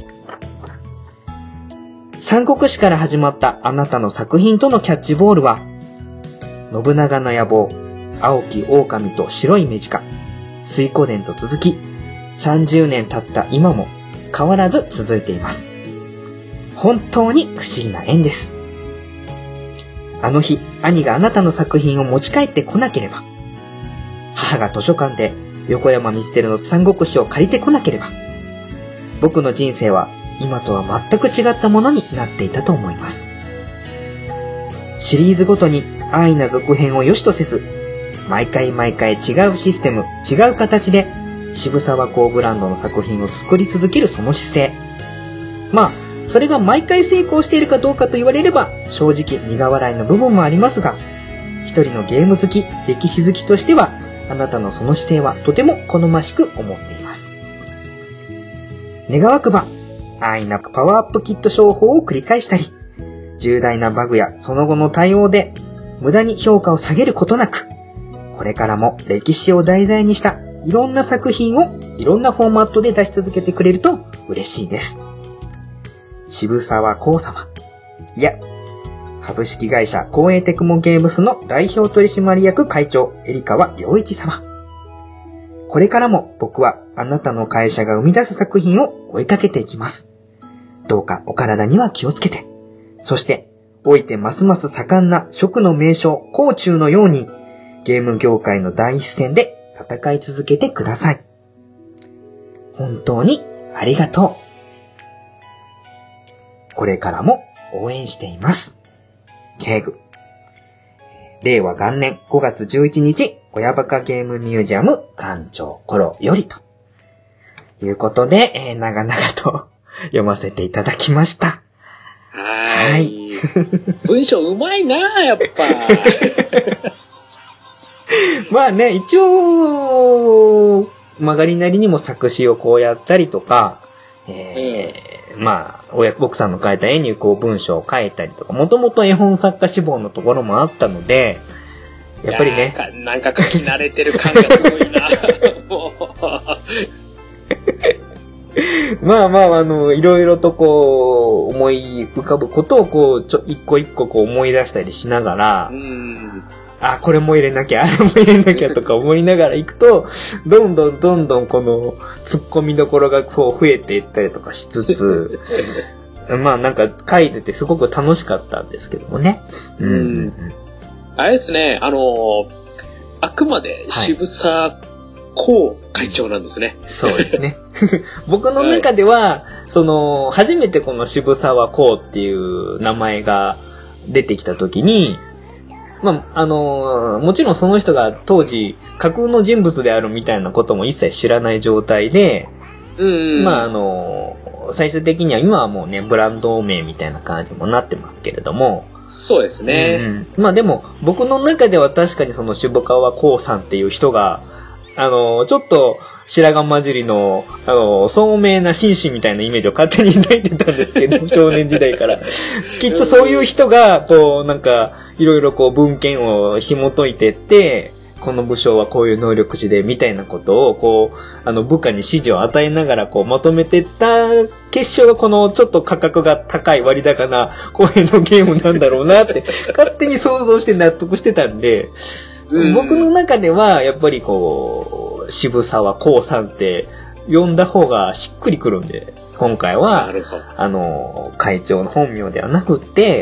三国志から始まったあなたの作品とのキャッチボールは、信長の野望、青き狼と白い目近、水湖伝と続き、さんじゅうねん経った今も変わらず続いています。本当に不思議な縁です。あの日、兄があなたの作品を持ち帰ってこなければ、母が図書館で横山光輝の三国志を借りてこなければ、僕の人生は今とは全く違ったものになっていたと思います。シリーズごとに安易な続編を良しとせず、毎回毎回違うシステム、違う形で渋沢公ブランドの作品を作り続けるその姿勢。まあ、それが毎回成功しているかどうかと言われれば正直苦笑いの部分もありますが、一人のゲーム好き、歴史好きとしては、あなたのその姿勢はとても好ましく思っています。願わくば、安易なパワーアップキット商法を繰り返したり、重大なバグやその後の対応で無駄に評価を下げることなく、これからも歴史を題材にしたいろんな作品をいろんなフォーマットで出し続けてくれると嬉しいです。渋沢公様。いや、株式会社光栄テクモゲームスの代表取締役会長、エリカワ良一様。これからも僕はあなたの会社が生み出す作品を追いかけていきます。 どうかお体には気をつけて、そして、おいてますます盛んな食の名将、甲冑のように、ゲーム業界の第一線で戦い続けてください。本当にありがとう。これからも応援しています。ケーグ。れいわ元年ごがつじゅういちにち、親バカゲームミュージアム館長頃よりと。いうことで、えー、長々と読ませていただきました。 はい。文章うまいなやっぱ。 まあね、一応、曲がりなりにも作詞をこうやったりとか、えーうん、まあ、奥さんの描いた絵にこう文章を書いたりとか、もともと絵本作家志望のところもあったので、やっぱりね。 なんか書き慣れてる感がすごいな。 まあまあ、あの、いろいろとこう、思い浮かぶことをこう、ちょ、一個一個こう思い出したりしながら、うんあ、これも入れなきゃ、あれも入れなきゃとか思いながら行くと、どんどんどんどんこの、突っ込みどころがこう増えていったりとかしつつ、まあなんか書いててすごく楽しかったんですけどもね。うん。うん、 あれですね、あの、あくまで渋沢公会長なんですね。 そうですね。僕の中では、はい、その、初めてこの渋沢公っていう名前が出てきたときに、まあ、あのー、もちろんその人が当時架空の人物であるみたいなことも一切知らない状態で、うん、まあ、あのー、最終的には今はもうね、ブランド名みたいな感じもなってますけれども。 そうですね。 うん、まあでも、僕の中では確かにその渋川光さんっていう人が、あのー、ちょっと白髪混じりの、あのー、聡明な紳士みたいなイメージを勝手に抱いてたんですけど、少年時代から。きっとそういう人が、こう、なんか、いろいろこう文献を紐解いてって、この武将はこういう能力値で、みたいなことを、こう、あの、部下に指示を与えながら、こう、まとめてった結晶が、この、ちょっと価格が高い割高な、公園のゲームなんだろうなって、勝手に想像して納得してたんで、うん、僕の中では、やっぱりこう、渋沢公さんって、呼んだ方がしっくりくるんで、今回は、あの、会長の本名ではなくって、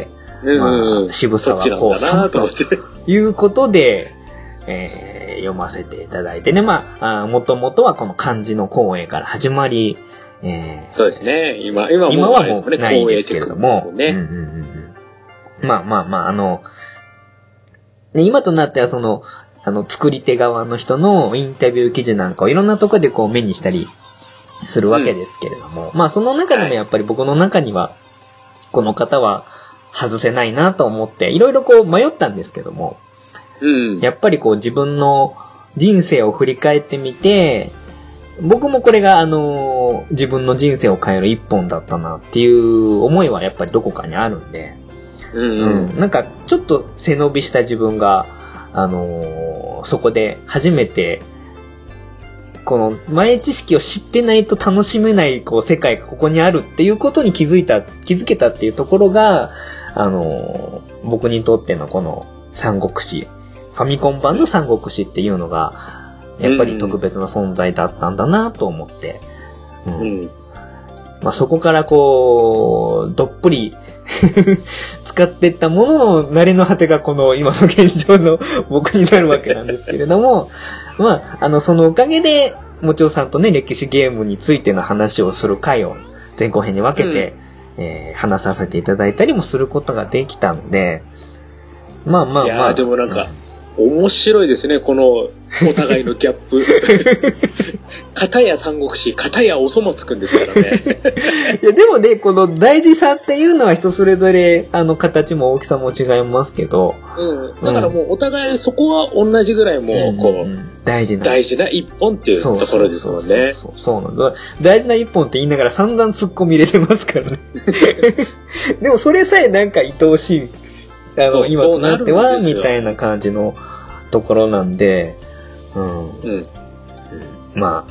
まあ、渋沢公さんということで、えー、読ませていただいてね。まあ、もともとはこの漢字の光栄から始まり、 えー、そうですね。今、今も今はもうないんですけれども、ねうんうんうんうん、まあまあまあ、あの、ね、今となってはその、あの、作り手側の人のインタビュー記事なんかをいろんなところでこう目にしたりするわけですけれども、うん、まあその中でもやっぱり僕の中には、この方は、外せないなと思って、いろいろこう迷ったんですけども、うん、やっぱりこう自分の人生を振り返ってみて、僕もこれがあの、自分の人生を変える一本だったなっていう思いはやっぱりどこかにあるんで、うんうんうん、なんかちょっと背伸びした自分が、あのー、そこで初めて、この前知識を知ってないと楽しめないこう世界がここにあるっていうことに気づいた、気づけたっていうところが、あのー、僕にとってのこの三国志、ファミコン版の三国志っていうのが、やっぱり特別な存在だったんだなと思って、うんうんまあ、そこからこう、どっぷり使っていったものの慣れの果てがこの今の現状の僕になるわけなんですけれども、まあ、あの、そのおかげで、もちおさんとね、歴史ゲームについての話をする回を前後編に分けて、うんえー、話させていただいたりもすることができたので、まあまあまあ。いやでもなんか、うん、面白いですね、このお互いのギャップ。片や三国志、片やおそ松くんですからね。 いやでもね、この大事さっていうのは人それぞれ、あの、形も大きさも違いますけど。 うん。だからもうお互いそこは同じぐらいもう、こう、うんうんうん、 大事な。 大事な一本っていうところですもんね。そうそうそうそうなんだ。大事な一本って言いながら散々突っ込み入れてますからね。でもそれさえなんか愛おしい。あの、今となっては、みたいな感じのところなんで、うん。うん、まあ、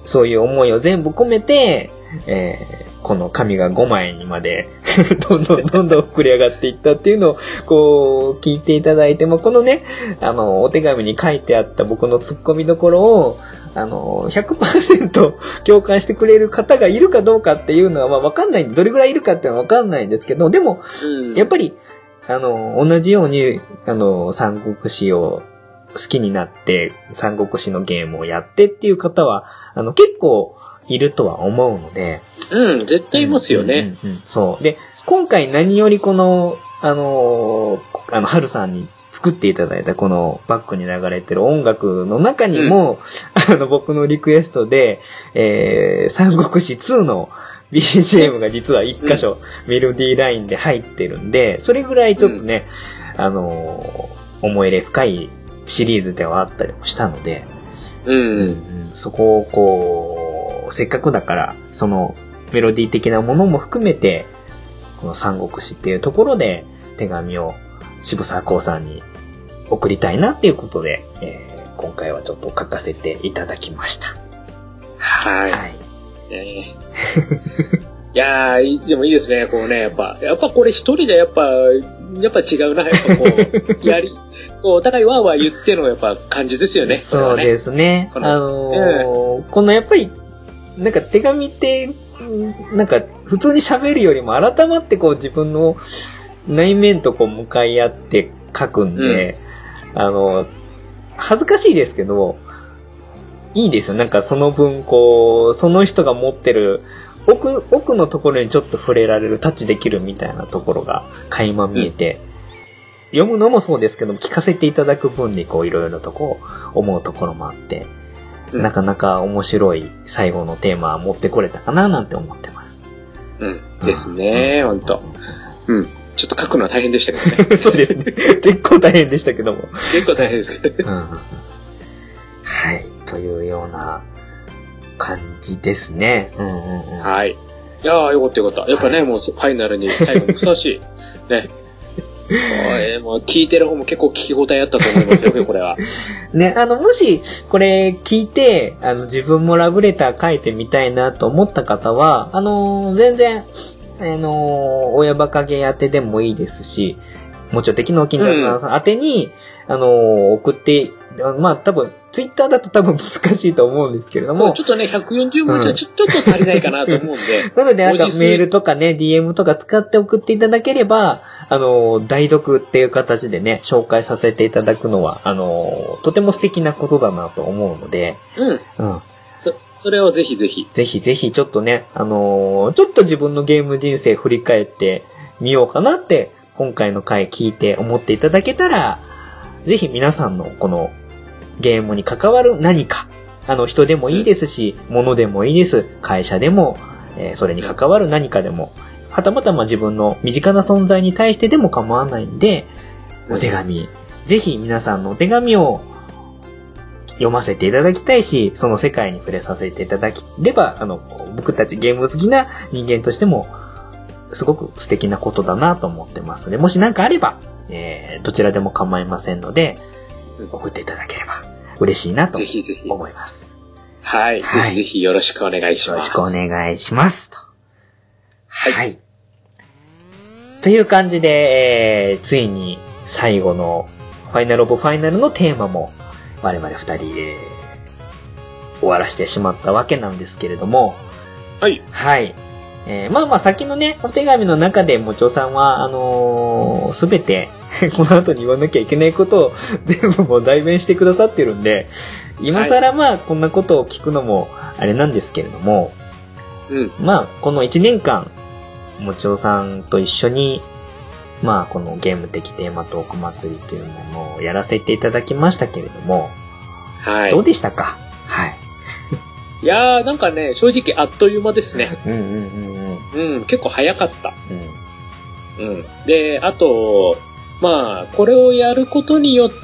そういう思いを全部込めて、えーこの紙がごまいにまでどんどんどんどん膨れ上がっていったっていうのをこう聞いていただいても、このね、あの、お手紙に書いてあった僕のツッコミどころを、あの、ひゃくパーセント 共感してくれる方がいるかどうかっていうのはまあわかんない、どれぐらいいるかっていうのはわかんないんですけど、でも、やっぱり、あの、同じように、あの、三国志を好きになって、三国志のゲームをやってっていう方は、あの、結構、いるとは思うので。 うん、絶対いますよね。 うんうんうん、そう。で、今回何よりこの、あのー、あの、春さんに作っていただいたこのバックに流れてる音楽の中にも、うん、あの、僕のリクエストで、えー、三国志ツーの ビージーエム が実はいっ箇所、うん、メロディーラインで入ってるんで、それぐらいちょっとね、うん、あのー、思い入れ深いシリーズではあったりもしたので、 うん、 うんうん、そこをこう、せっかくだから、そのメロディー的なものも含めて、この三国志っていうところで手紙を渋沢公さんに送りたいなっていうことで、えー、今回はちょっと書かせていただきました。 はい。はい。えー、いやー、でもいいですね。こうね、やっぱ、やっぱこれ一人でやっぱ、やっぱ違うな。やっぱこう、やり、こうお互いわーわー言ってのやっぱ感じですよね。 そうですね。あのーうん、このやっぱり、なんか手紙って、なんか普通に喋るよりも改まってこう自分の内面とこう向かい合って書くんで、うん、あの、恥ずかしいですけど、いいですよ。なんかその分こう、その人が持ってる奥、奥のところにちょっと触れられる、タッチできるみたいなところが垣間見えて、うん、読むのもそうですけど、聞かせていただく分にこういろいろとこう思うところもあって、うん、なかなか面白い最後のテーマを持ってこれたかななんて思ってます。 うん。ですね、ほんと。うん。ちょっと書くのは大変でしたけどね。 そうですね。結構大変でしたけども。 結構大変ですけど、うん。 はい。というような感じですね。うんうんうん、 はい。いやー、よかったよかった。やっぱね、はい、もうファイナルに最後にふさわしい。ね。えー、もう聞いてる方も結構聞き応えあったと思いますよ、これは。 ね、あの、もし、これ聞いて、あの、自分もラブレター書いてみたいなと思った方は、あのー、全然、あのー、親バカゲ宛てでもいいですし、もちろん敵の金田さん宛てに、うん、あのー、送って、まあ多分、ツイッターだと多分難しいと思うんですけれども。 ちょっとね、ひゃくよんじゅうもじゃちょ,、うん、ちょっと足りないかなと思うんで。 なので、なんかメールとかね、ディーエム とか使って送っていただければ、あの、代読っていう形でね、紹介させていただくのは、あの、とても素敵なことだなと思うので。 うん。うん。そ、それをぜひぜひ。 ぜひぜひ、ちょっとね、あの、ちょっと自分のゲーム人生振り返ってみようかなって、今回の回聞いて思っていただけたら、ぜひ皆さんのこの、ゲームに関わる何か。あの、人でもいいですし、うん、物でもいいです。会社でも、えー、それに関わる何かでも、はたまたま自分の身近な存在に対してでも構わないんで、お手紙、うん、ぜひ皆さんのお手紙を読ませていただきたいし、その世界に触れさせていただければ、あの、僕たちゲーム好きな人間としても、すごく素敵なことだなと思ってますので、もし何かあれば、えー、どちらでも構いませんので、送っていただければ嬉しいなと思います。ぜひぜひ。 はい。はい、ぜひぜひよろしくお願いします。 よろしくお願いします。と。はい。はい。という感じで、えー、ついに最後のファイナルオブファイナルのテーマも我々二人で終わらしてしまったわけなんですけれども。 はい。 はい。えー、まあまあ先のね、お手紙の中でもちょうさんは、あのー、すべて、この後に言わなきゃいけないことを全部もう代弁してくださってるんで、今更まあこんなことを聞くのもあれなんですけれども、 うん、 まあこのいちねんかん、もちおさんと一緒に、まあこのゲーム的テーマトーク祭りというものをやらせていただきましたけれども、 はい。 どうでしたか？はい。 いやーなんかね、正直あっという間ですね。 うんうんうんうん。うん、結構早かった。うん。うん。で、あと、まあ、これをやることによって、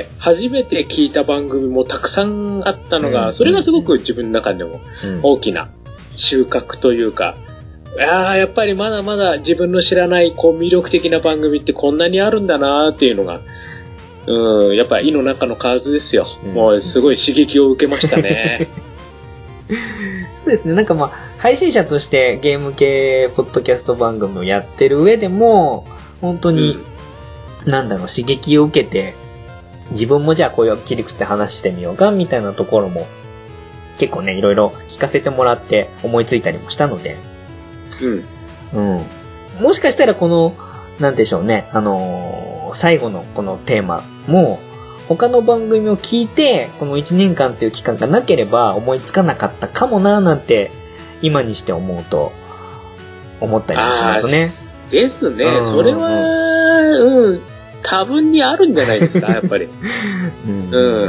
初めて聞いた番組もたくさんあったのが、うん、それがすごく自分の中でも大きな収穫というか、うん、ああ、やっぱりまだまだ自分の知らないこう魅力的な番組ってこんなにあるんだなーっていうのが、うん、やっぱ胃の中の蛙ですよ。うん、もうすごい刺激を受けましたね。 そうですね。なんかまあ、配信者としてゲーム系ポッドキャスト番組をやってる上でも、本当に、うん、なんだろう、刺激を受けて、自分もじゃあこういう切り口で話してみようか、みたいなところも、結構ね、いろいろ聞かせてもらって思いついたりもしたので、 うん。 うん。もしかしたらこの、なんでしょうね、あのー、最後のこのテーマも、他の番組を聞いて、このいちねんかんっていう期間がなければ思いつかなかったかもなーなんて、今にして思うと、思ったりもしますね。 ですね。うんうん、それは、うん、多分にあるんじゃないですか、やっぱり。うん。うん。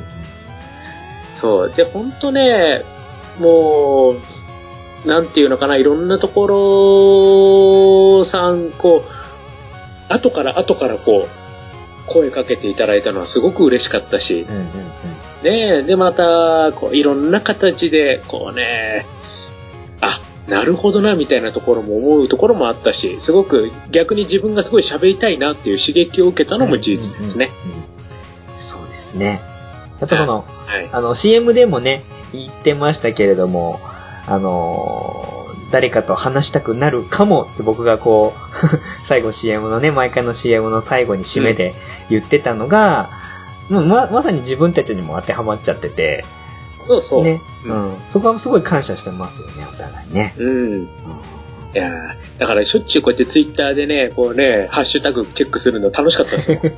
そう。で、ほんとね、もう、なんていうのかな、いろんなところさん、こう、後から後からこう、声かけていただいたのはすごく嬉しかったし、うんうんうん、ねえ、で、また、こう、いろんな形で、こうね、あ、なるほどな、みたいなところも思うところもあったし、すごく逆に自分がすごい喋りたいなっていう刺激を受けたのも事実ですね。 うんうんうんうん、そうですね。やっぱその、 はい、 あの、シーエム でもね、言ってましたけれども、あのー、誰かと話したくなるかもって僕がこう、最後 シーエム のね、毎回の シーエム の最後に締めで言ってたのが、うん、ま、まさに自分たちにも当てはまっちゃってて、 そうそう。 ね、うん、うん。そこはすごい感謝してますよね、お互いね。 うん。うん、いやだからしょっちゅうこうやってツイッターでね、こうね、ハッシュタグチェックするの楽しかったですよ。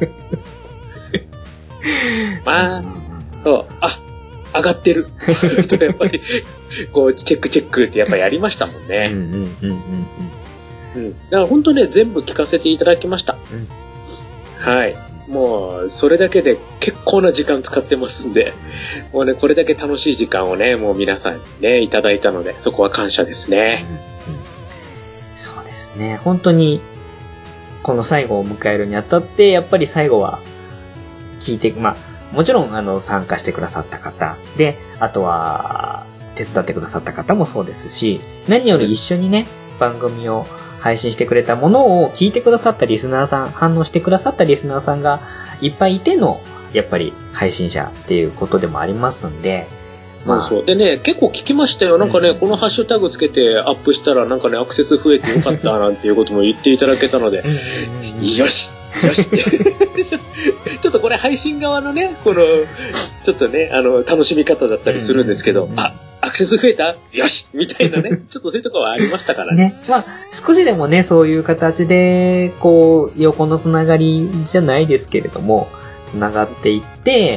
まあ、そう、あ、上がってる。とやっぱり、こう、チェックチェックってやっぱやりましたもんね。うんうんうんうんうん。うん。だから本当ね、全部聞かせていただきました。うん、はい。もう、それだけで結構な時間使ってますんで、もうね、これだけ楽しい時間をね、もう皆さんにね、いただいたので、そこは感謝ですね。うんうん、 そうですね。本当に、この最後を迎えるにあたって、やっぱり最後は、聞いて、まあ、もちろん、あの、参加してくださった方で、あとは、手伝ってくださった方もそうですし、何より一緒にね、番組を配信してくれたものを聞いてくださったリスナーさん、反応してくださったリスナーさんがいっぱいいての、やっぱり配信者っていうことでもありますんで、 まあ、そうそう。でね、結構聞きましたよ。なんかね、うん、このハッシュタグつけてアップしたら、なんかね、アクセス増えてよかったなんていうことも言っていただけたので、よしよしちょっとこれ配信側のね、この、ちょっとね、あの、楽しみ方だったりするんですけど、あ、アクセス増えたよしみたいなね、ちょっとそういうところはありましたからね。ね。 まあ、少しでもね、そういう形で、こう、横のつながりじゃないですけれども、つながっていって、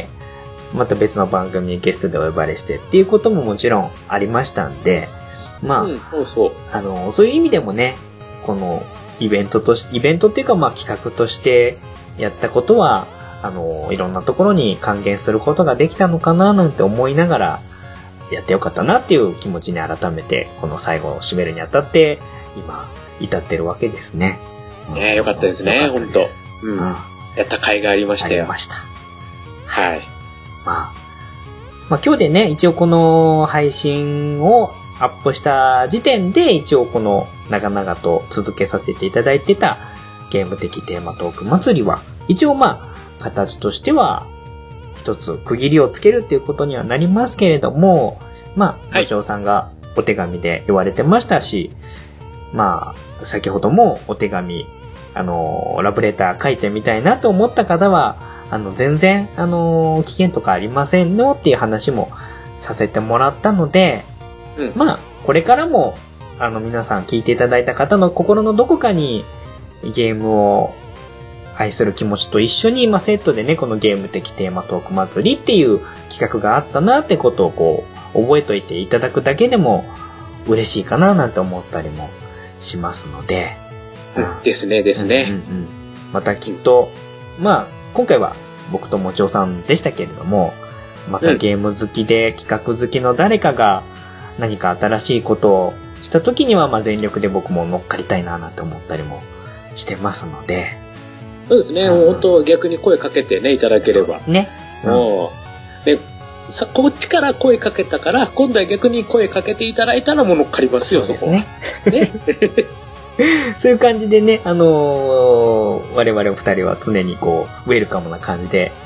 また別の番組にゲストでお呼ばれしてっていうことももちろんありましたんで、まあ、うん、 そうそう。 あの、そういう意味でもね、このイベントとして、イベントっていうかまあ企画としてやったことは、あの、いろんなところに還元することができたのかななんて思いながら、やってよかったなっていう気持ちに改めて、この最後を締めるにあたって、今、至ってるわけですね。 ねえ、よかったですね、本当。うん。やった甲斐がありましたよ。 ありました。 はい。 まあ、まあ今日でね、一応この配信をアップした時点で、一応この長々と続けさせていただいてたゲーム的テーマトーク祭りは、一応まあ、形としては、一つ区切りをつけるっていうことにはなりますけれども、まあ、部長さんがお手紙で言われてましたし、まあ、先ほどもお手紙、あの、ラブレター書いてみたいなと思った方は、あの、全然、あの、危険とかありませんよっていう話もさせてもらったので、うん、まあ、これからも、あの、皆さん聞いていただいた方の心のどこかにゲームを愛する気持ちと一緒に、まあ、セットでね、このゲーム的テーマトーク祭りっていう企画があったなってことをこう、覚えといていただくだけでも嬉しいかななんて思ったりもしますので。 うん、ですね、ですね、うんうんうん。 またきっと、まあ、今回は僕ともちおさんでしたけれども、またゲーム好きで企画好きの誰かが何か新しいことをした時には、まあ全力で僕も乗っかりたいななんて思ったりもしてますので。 そうですね、うん、もう本当逆に声かけてね、いただければ。そうですね。 うん、もう、で、さ、こっちから声かけたから、今度は逆に声かけていただいたらもう乗っかりますよ、 そうですね。 そこは。ね。 そういう感じでね、あのー、我々お二人は常にこう、ウェルカムな感じで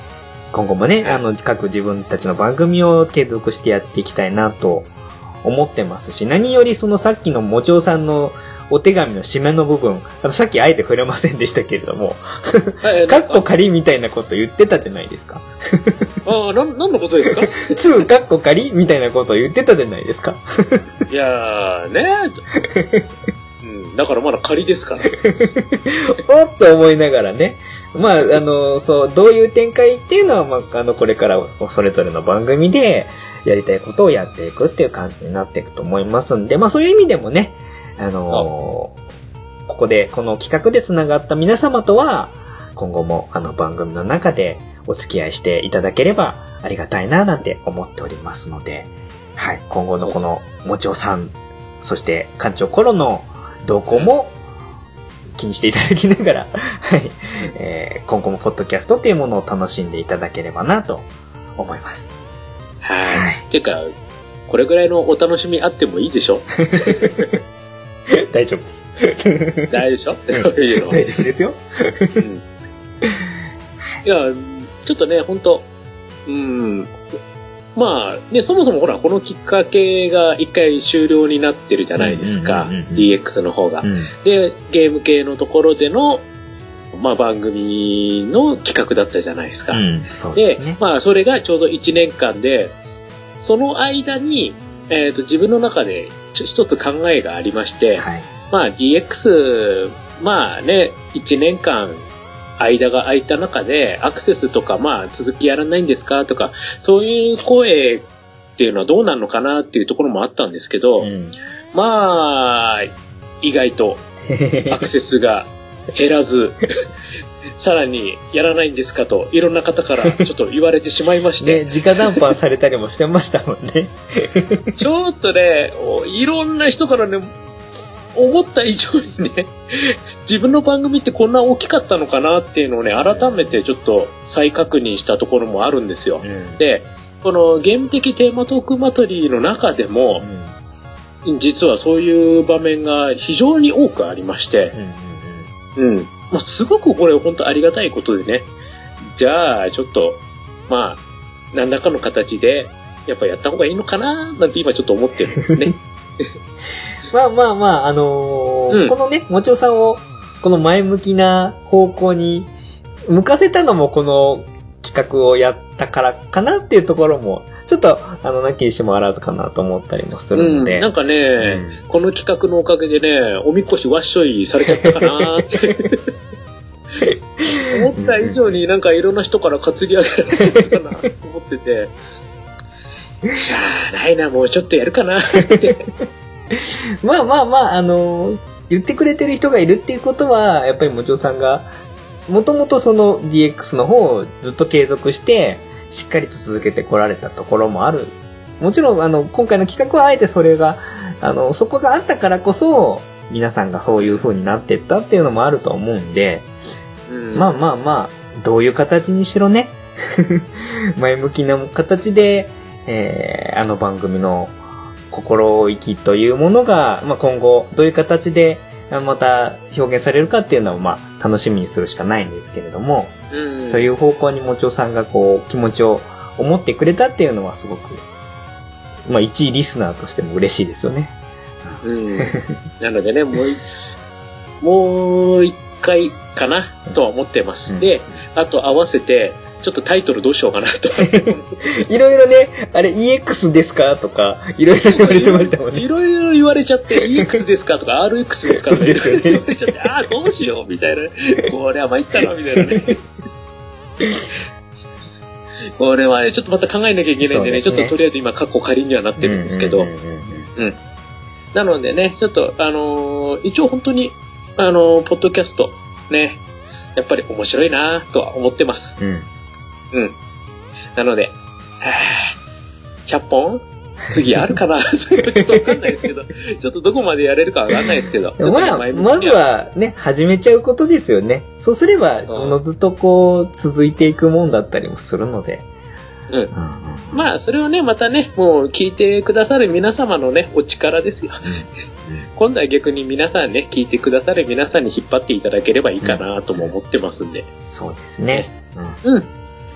今後もね、あの、各自分たちの番組を継続してやっていきたいなと思ってますし、何よりそのさっきのもちおさんのお手紙の締めの部分、あとさっきあえて触れませんでしたけれども、カッコ仮みたいなこと言ってたじゃないですか。 ああ、なん、何のことですか？ ツーカッコ仮みたいなことを言ってたじゃないですか。 いやー、ねー、うん、だからまだ仮ですから。 おっと思いながらね。まあ、あの、そう、どういう展開っていうのは、まあ、あの、これからそれぞれの番組でやりたいことをやっていくっていう感じになっていくと思いますんで、まあ、そういう意味でもね、あのー、ここで、この企画で繋がった皆様とは、今後もあの番組の中でお付き合いしていただければありがたいななんて思っておりますので、はい、今後のこのもちおさん、そして館長コロの動向も気にしていただきながら、はい、えー、今後もポッドキャストっていうものを楽しんでいただければなと思います。 はい。はい、ていうか、これぐらいのお楽しみあってもいいでしょ？ 大丈夫です。 大丈夫でしょ？ うん、大丈夫ですよ。うん、 いや、ちょっとね、本当うん、まあ、ね、そもそもほら、このきっかけが一回終了になってるじゃないですか。ディーエックス の方が、うん。で、ゲーム系のところでの、まあ、番組の企画だったじゃないですか。うん、そうですね。で、まあ、それがちょうどいちねんかんで、その間に、えっと、自分の中で一つ考えがありまして、はい、まあ ディーエックス、まあね、いちねんかん間が空いた中でアクセスとかまあ続きやらないんですかとか、そういう声っていうのはどうなるのかなっていうところもあったんですけど、うん、まあ、意外とアクセスが減らず、さらにやらないんですかといろんな方からちょっと言われてしまいまして、 ね、直談判されたりもしてましたもんね。 ちょっとね、いろんな人からね、思った以上にね、自分の番組ってこんな大きかったのかなっていうのをね、改めてちょっと再確認したところもあるんですよ。うん、で、このゲーム的テーマトークマトリーの中でも、うん、実はそういう場面が非常に多くありまして、うん、うんうんまあ、すごくこれ本当ありがたいことでね。じゃあ、ちょっと、まあ、何らかの形で、やっぱやった方がいいのかななんて今ちょっと思ってるんですね。 まあまあまあ、あのーうん、このね、もちおさんを、この前向きな方向に向かせたのもこの企画をやったからかなっていうところも、ちょっと、あの、なきにしもあらずかなと思ったりもするので。 うん、なんかね、うん、この企画のおかげでね、おみこしわっしょいされちゃったかなって。思った以上になんかいろんな人から担ぎ上げられちゃったかなと思ってて、しゃあないな、もうちょっとやるかなって。 まあまあまあ、あのー、言ってくれてる人がいるっていうことは、やっぱりもちおさんが、もともとその ディーエックス の方をずっと継続して、しっかりと続けてこられたところもある。もちろん、あの、今回の企画はあえてそれが、あの、そこがあったからこそ、皆さんがそういう風になっていったっていうのもあると思うんで、うん、まあまあまあ、どういう形にしろね、前向きな形で、えー、あの番組の心意気というものが、まあ、今後どういう形でまた表現されるかっていうのは、まあ、楽しみにするしかないんですけれども、うん、そういう方向にもちおさんがこう気持ちを思ってくれたっていうのはすごく、まあ、一リスナーとしても嬉しいですよね。 うん、なのでね、もうもう一回かなとは思ってます。うん、で、あと合わせてちょっとタイトルどうしようかなと。 いろいろね、あれ イーエックス ですかとか、いろいろ言われてましたもんね。 いろいろ言われちゃって、イーエックス ですかとか、アールエックス ですかとか言われちゃって、ああ、どうしようみたいな。これは参ったな、みたいなね。これはね、ちょっとまた考えなきゃいけないんでね、ねちょっととりあえず今、カッコ仮にはなってるんですけど。うん。なのでね、ちょっと、あのー、一応本当に、あのー、ポッドキャスト、ね、やっぱり面白いなとは思ってます。うん。うん。なので、はぁ、ひゃっぽん次あるかなちょっとわかんないですけど、ちょっとどこまでやれるかわかんないですけど。 まあ、まずはね、始めちゃうことですよね。そうすれば、おのずとこう、続いていくもんだったりもするので。 うん。うん、まあ、それをね、またね、もう聞いてくださる皆様のね、お力ですよ。うん、今度は逆に皆さんね、聞いてくださる皆さんに引っ張っていただければいいかなとも思ってますんで。 うん、そうですね。 うん。うん。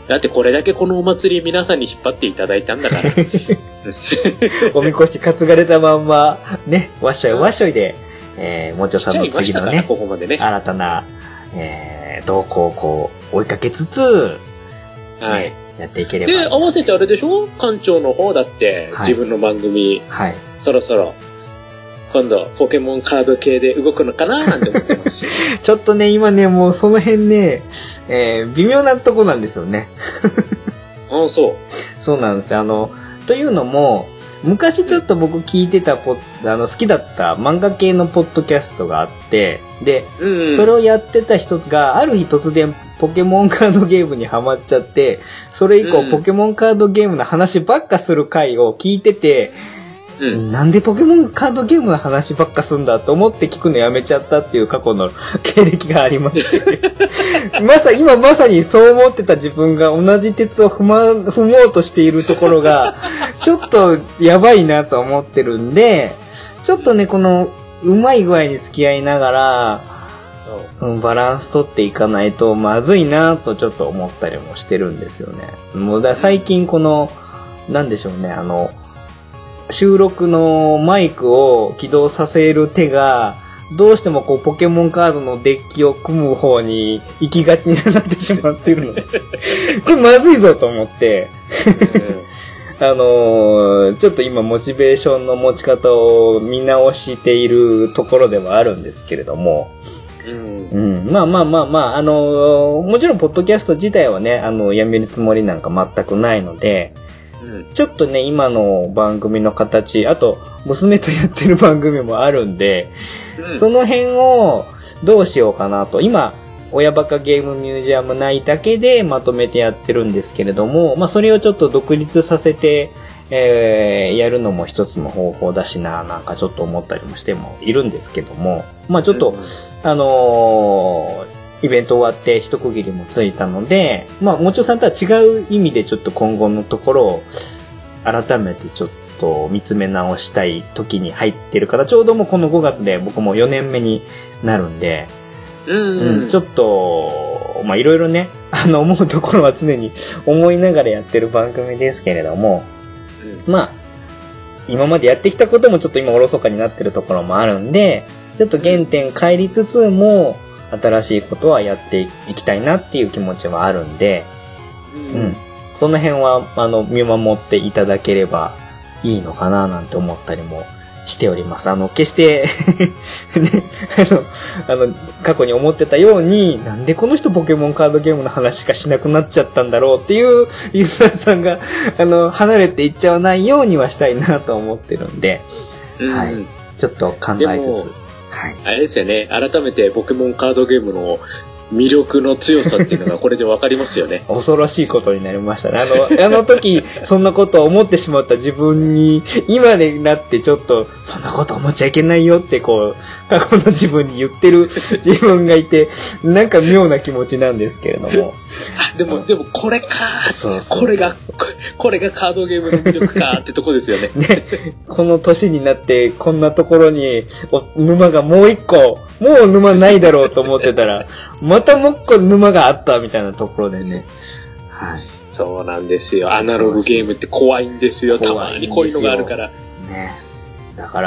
だってこれだけこのお祭り皆さんに引っ張っていただいたんだから。 おみこし担がれたまんま、ね、わっしょいわっしょいで、えー、もちょさんの次のね、 ここまでね新たな、えー、動向をこう、追いかけつつ、 はい。 ね、やっていければ。 で、合わせてあれでしょ館長の方だって、はい、自分の番組、はい。そろそろ、今度、ポケモンカード系で動くのかななんて思ってますし。 ちょっとね、今ね、もうその辺ね、えー、微妙なとこなんですよね。 ああ、そう。 そうなんですよ。あの、というのも、昔ちょっと僕聞いてたポあの好きだった漫画系のポッドキャストがあって、で、うんうん、それをやってた人がある日突然ポケモンカードゲームにハマっちゃって、それ以降、うん、ポケモンカードゲームの話ばっかする回を聞いてて、うん、なんでポケモンカードゲームの話ばっかすんだと思って聞くのやめちゃったっていう過去の経歴がありましてまさ今まさにそう思ってた自分が同じ鉄を踏ま踏もうとしているところがちょっとやばいなと思ってるんで、ちょっとねこのうまい具合に付き合いながら、うん、バランス取っていかないとまずいなとちょっと思ったりもしてるんですよね。もうだ最近このなんでしょうね、あの収録のマイクを起動させる手がどうしてもこうポケモンカードのデッキを組む方に行きがちになってしまっているのでこれまずいぞと思ってあのー、ちょっと今モチベーションの持ち方を見直しているところではあるんですけれども、うんうん、まあまあまあまあ、あのー、もちろんポッドキャスト自体はね、あのやめるつもりなんか全くないので、ちょっとね、今の番組の形、あと、娘とやってる番組もあるんで、うん、その辺をどうしようかなと。今、親バカゲームミュージアム内だけでまとめてやってるんですけれども、まあ、それをちょっと独立させて、えー、やるのも一つの方法だしな、なんかちょっと思ったりもしてもいるんですけども、まあ、ちょっと、うん、あのー、イベント終わって一区切りもついたので、まあ、もちろんさんとは違う意味でちょっと今後のところを改めてちょっと見つめ直したい時に入ってるから、ちょうどもうこのごがつで僕もよねんめになるんで、うん、うん、ちょっと、まあいろいろね、あの思うところは常に思いながらやってる番組ですけれども、うん、まあ、今までやってきたこともちょっと今おろそかになってるところもあるんで、ちょっと原点帰りつつも、新しいことはやっていきたいなっていう気持ちはあるんで、うん、うん、その辺はあの見守っていただければいいのかななんて思ったりもしております。あの決してね、あのあの過去に思ってたように、なんでこの人ポケモンカードゲームの話しかしなくなっちゃったんだろうっていうユーザーさんがあの離れていっちゃわないようにはしたいなと思ってるんで、うん、はい、ちょっと考えつつ。はい、 あれですよね、改めてポケモンカードゲームの魅力の強さっていうのがこれで分かりますよね。 恐ろしいことになりましたね。あの、あの時、そんなことを思ってしまった自分に、今になってちょっと、そんなこと思っちゃいけないよって、こう、過去の自分に言ってる自分がいて、なんか妙な気持ちなんですけれども。 あ、でも、でもこれかそうそうそうそうこれが、これがカードゲームの魅力かってとこですよね。 ね、この年になって、こんなところに、沼がもう一個、もう沼ないだろうと思ってたら、またもう一個沼があったみたいなところでね。はい。 そうなんですよ。アナログゲームって怖いんですよ。たまにこういうのがあるから。 ね。だから、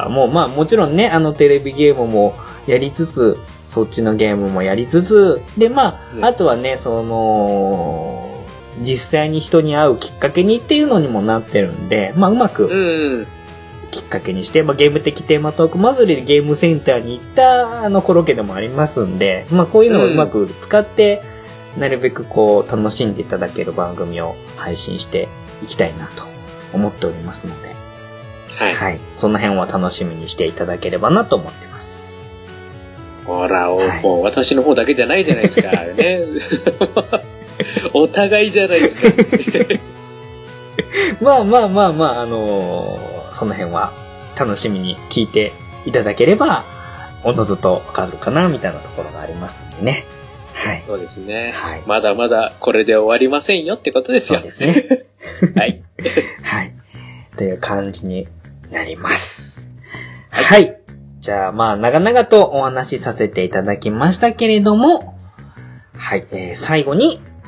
もうまあもちろんね、あのテレビゲームもやりつつ、そっちのゲームもやりつつ、でまあ、うん、あとはね、その、実際に人に会うきっかけにっていうのにもなってるんで、まあうまく、うんきっかけにして、まあ、ゲーム的テーマトーク祭りでゲームセンターに行ったあのコロケでもありますんで、まあ、こういうのをうまく使って、なるべくこう楽しんでいただける番組を配信していきたいなと思っておりますので、はい。はい。その辺は楽しみにしていただければなと思ってます。 ほら、はい、もう私の方だけじゃないじゃないですか、ね。お互いじゃないですか。 まあまあまあまあ、あのー、その辺は楽しみに聞いていただければおのずとわかるかなみたいなところがありますんでね。はい。 そうですね。はい。まだまだこれで終わりませんよってことですよ。 そうですね。はい。はい。という感じになります。はい。はい、じゃあまあ長々とお話しさせていただきましたけれども、はい。えー、最後に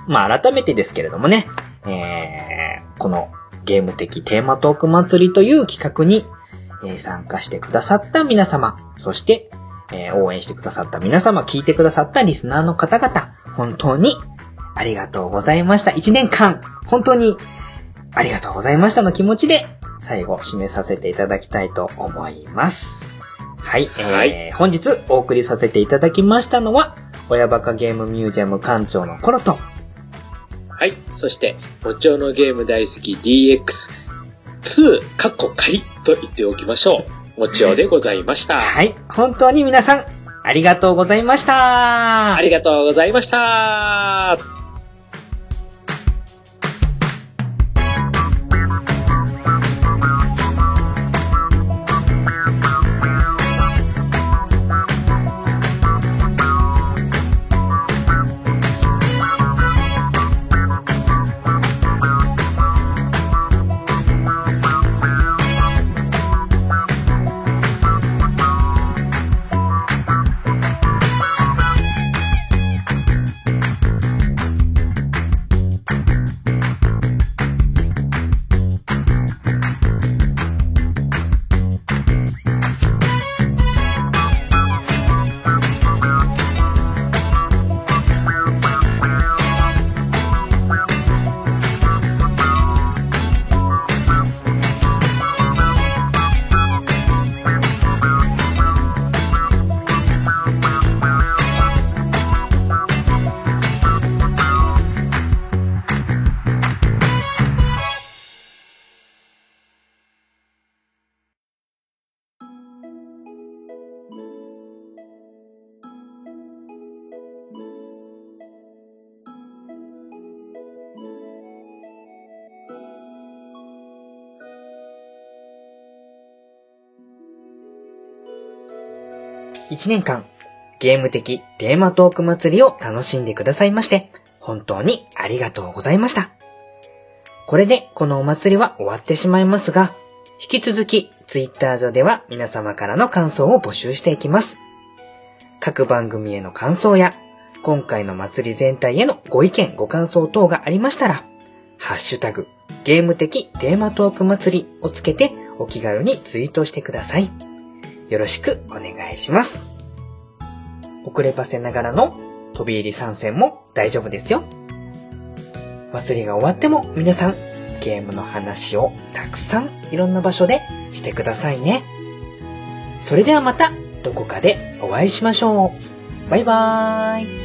まあ改めてですけれどもね、えー、このゲーム的テーマトーク祭りという企画に、えー、参加してくださった皆様、そして、えー、応援してくださった皆様、聞いてくださったリスナーの方々、本当にありがとうございました。一年間、本当にありがとうございましたの気持ちで、最後締めさせていただきたいと思います。はい、えーはい、本日お送りさせていただきましたのは、親バカゲームミュージアム館長のコロと、 はい、そして、もちおのゲーム大好き ディーエックスツー かっこ仮と言っておきましょう。もちおでございました。 はい、本当に皆さん、ありがとうございました。 ありがとうございました。 一年間、ゲーム的テーマトーク祭りを楽しんでくださいまして、本当にありがとうございました。これでこのお祭りは終わってしまいますが、引き続きツイッター上では皆様からの感想を募集していきます。各番組への感想や、今回の祭り全体へのご意見ご感想等がありましたら、ハッシュタグ、ゲーム的テーマトーク祭りをつけてお気軽にツイートしてください。よろしくお願いします。遅ればせながらの飛び入り参戦も大丈夫ですよ。祭りが終わっても皆さんゲームの話をたくさんいろんな場所でしてくださいね。それではまたどこかでお会いしましょう。バイバーイ。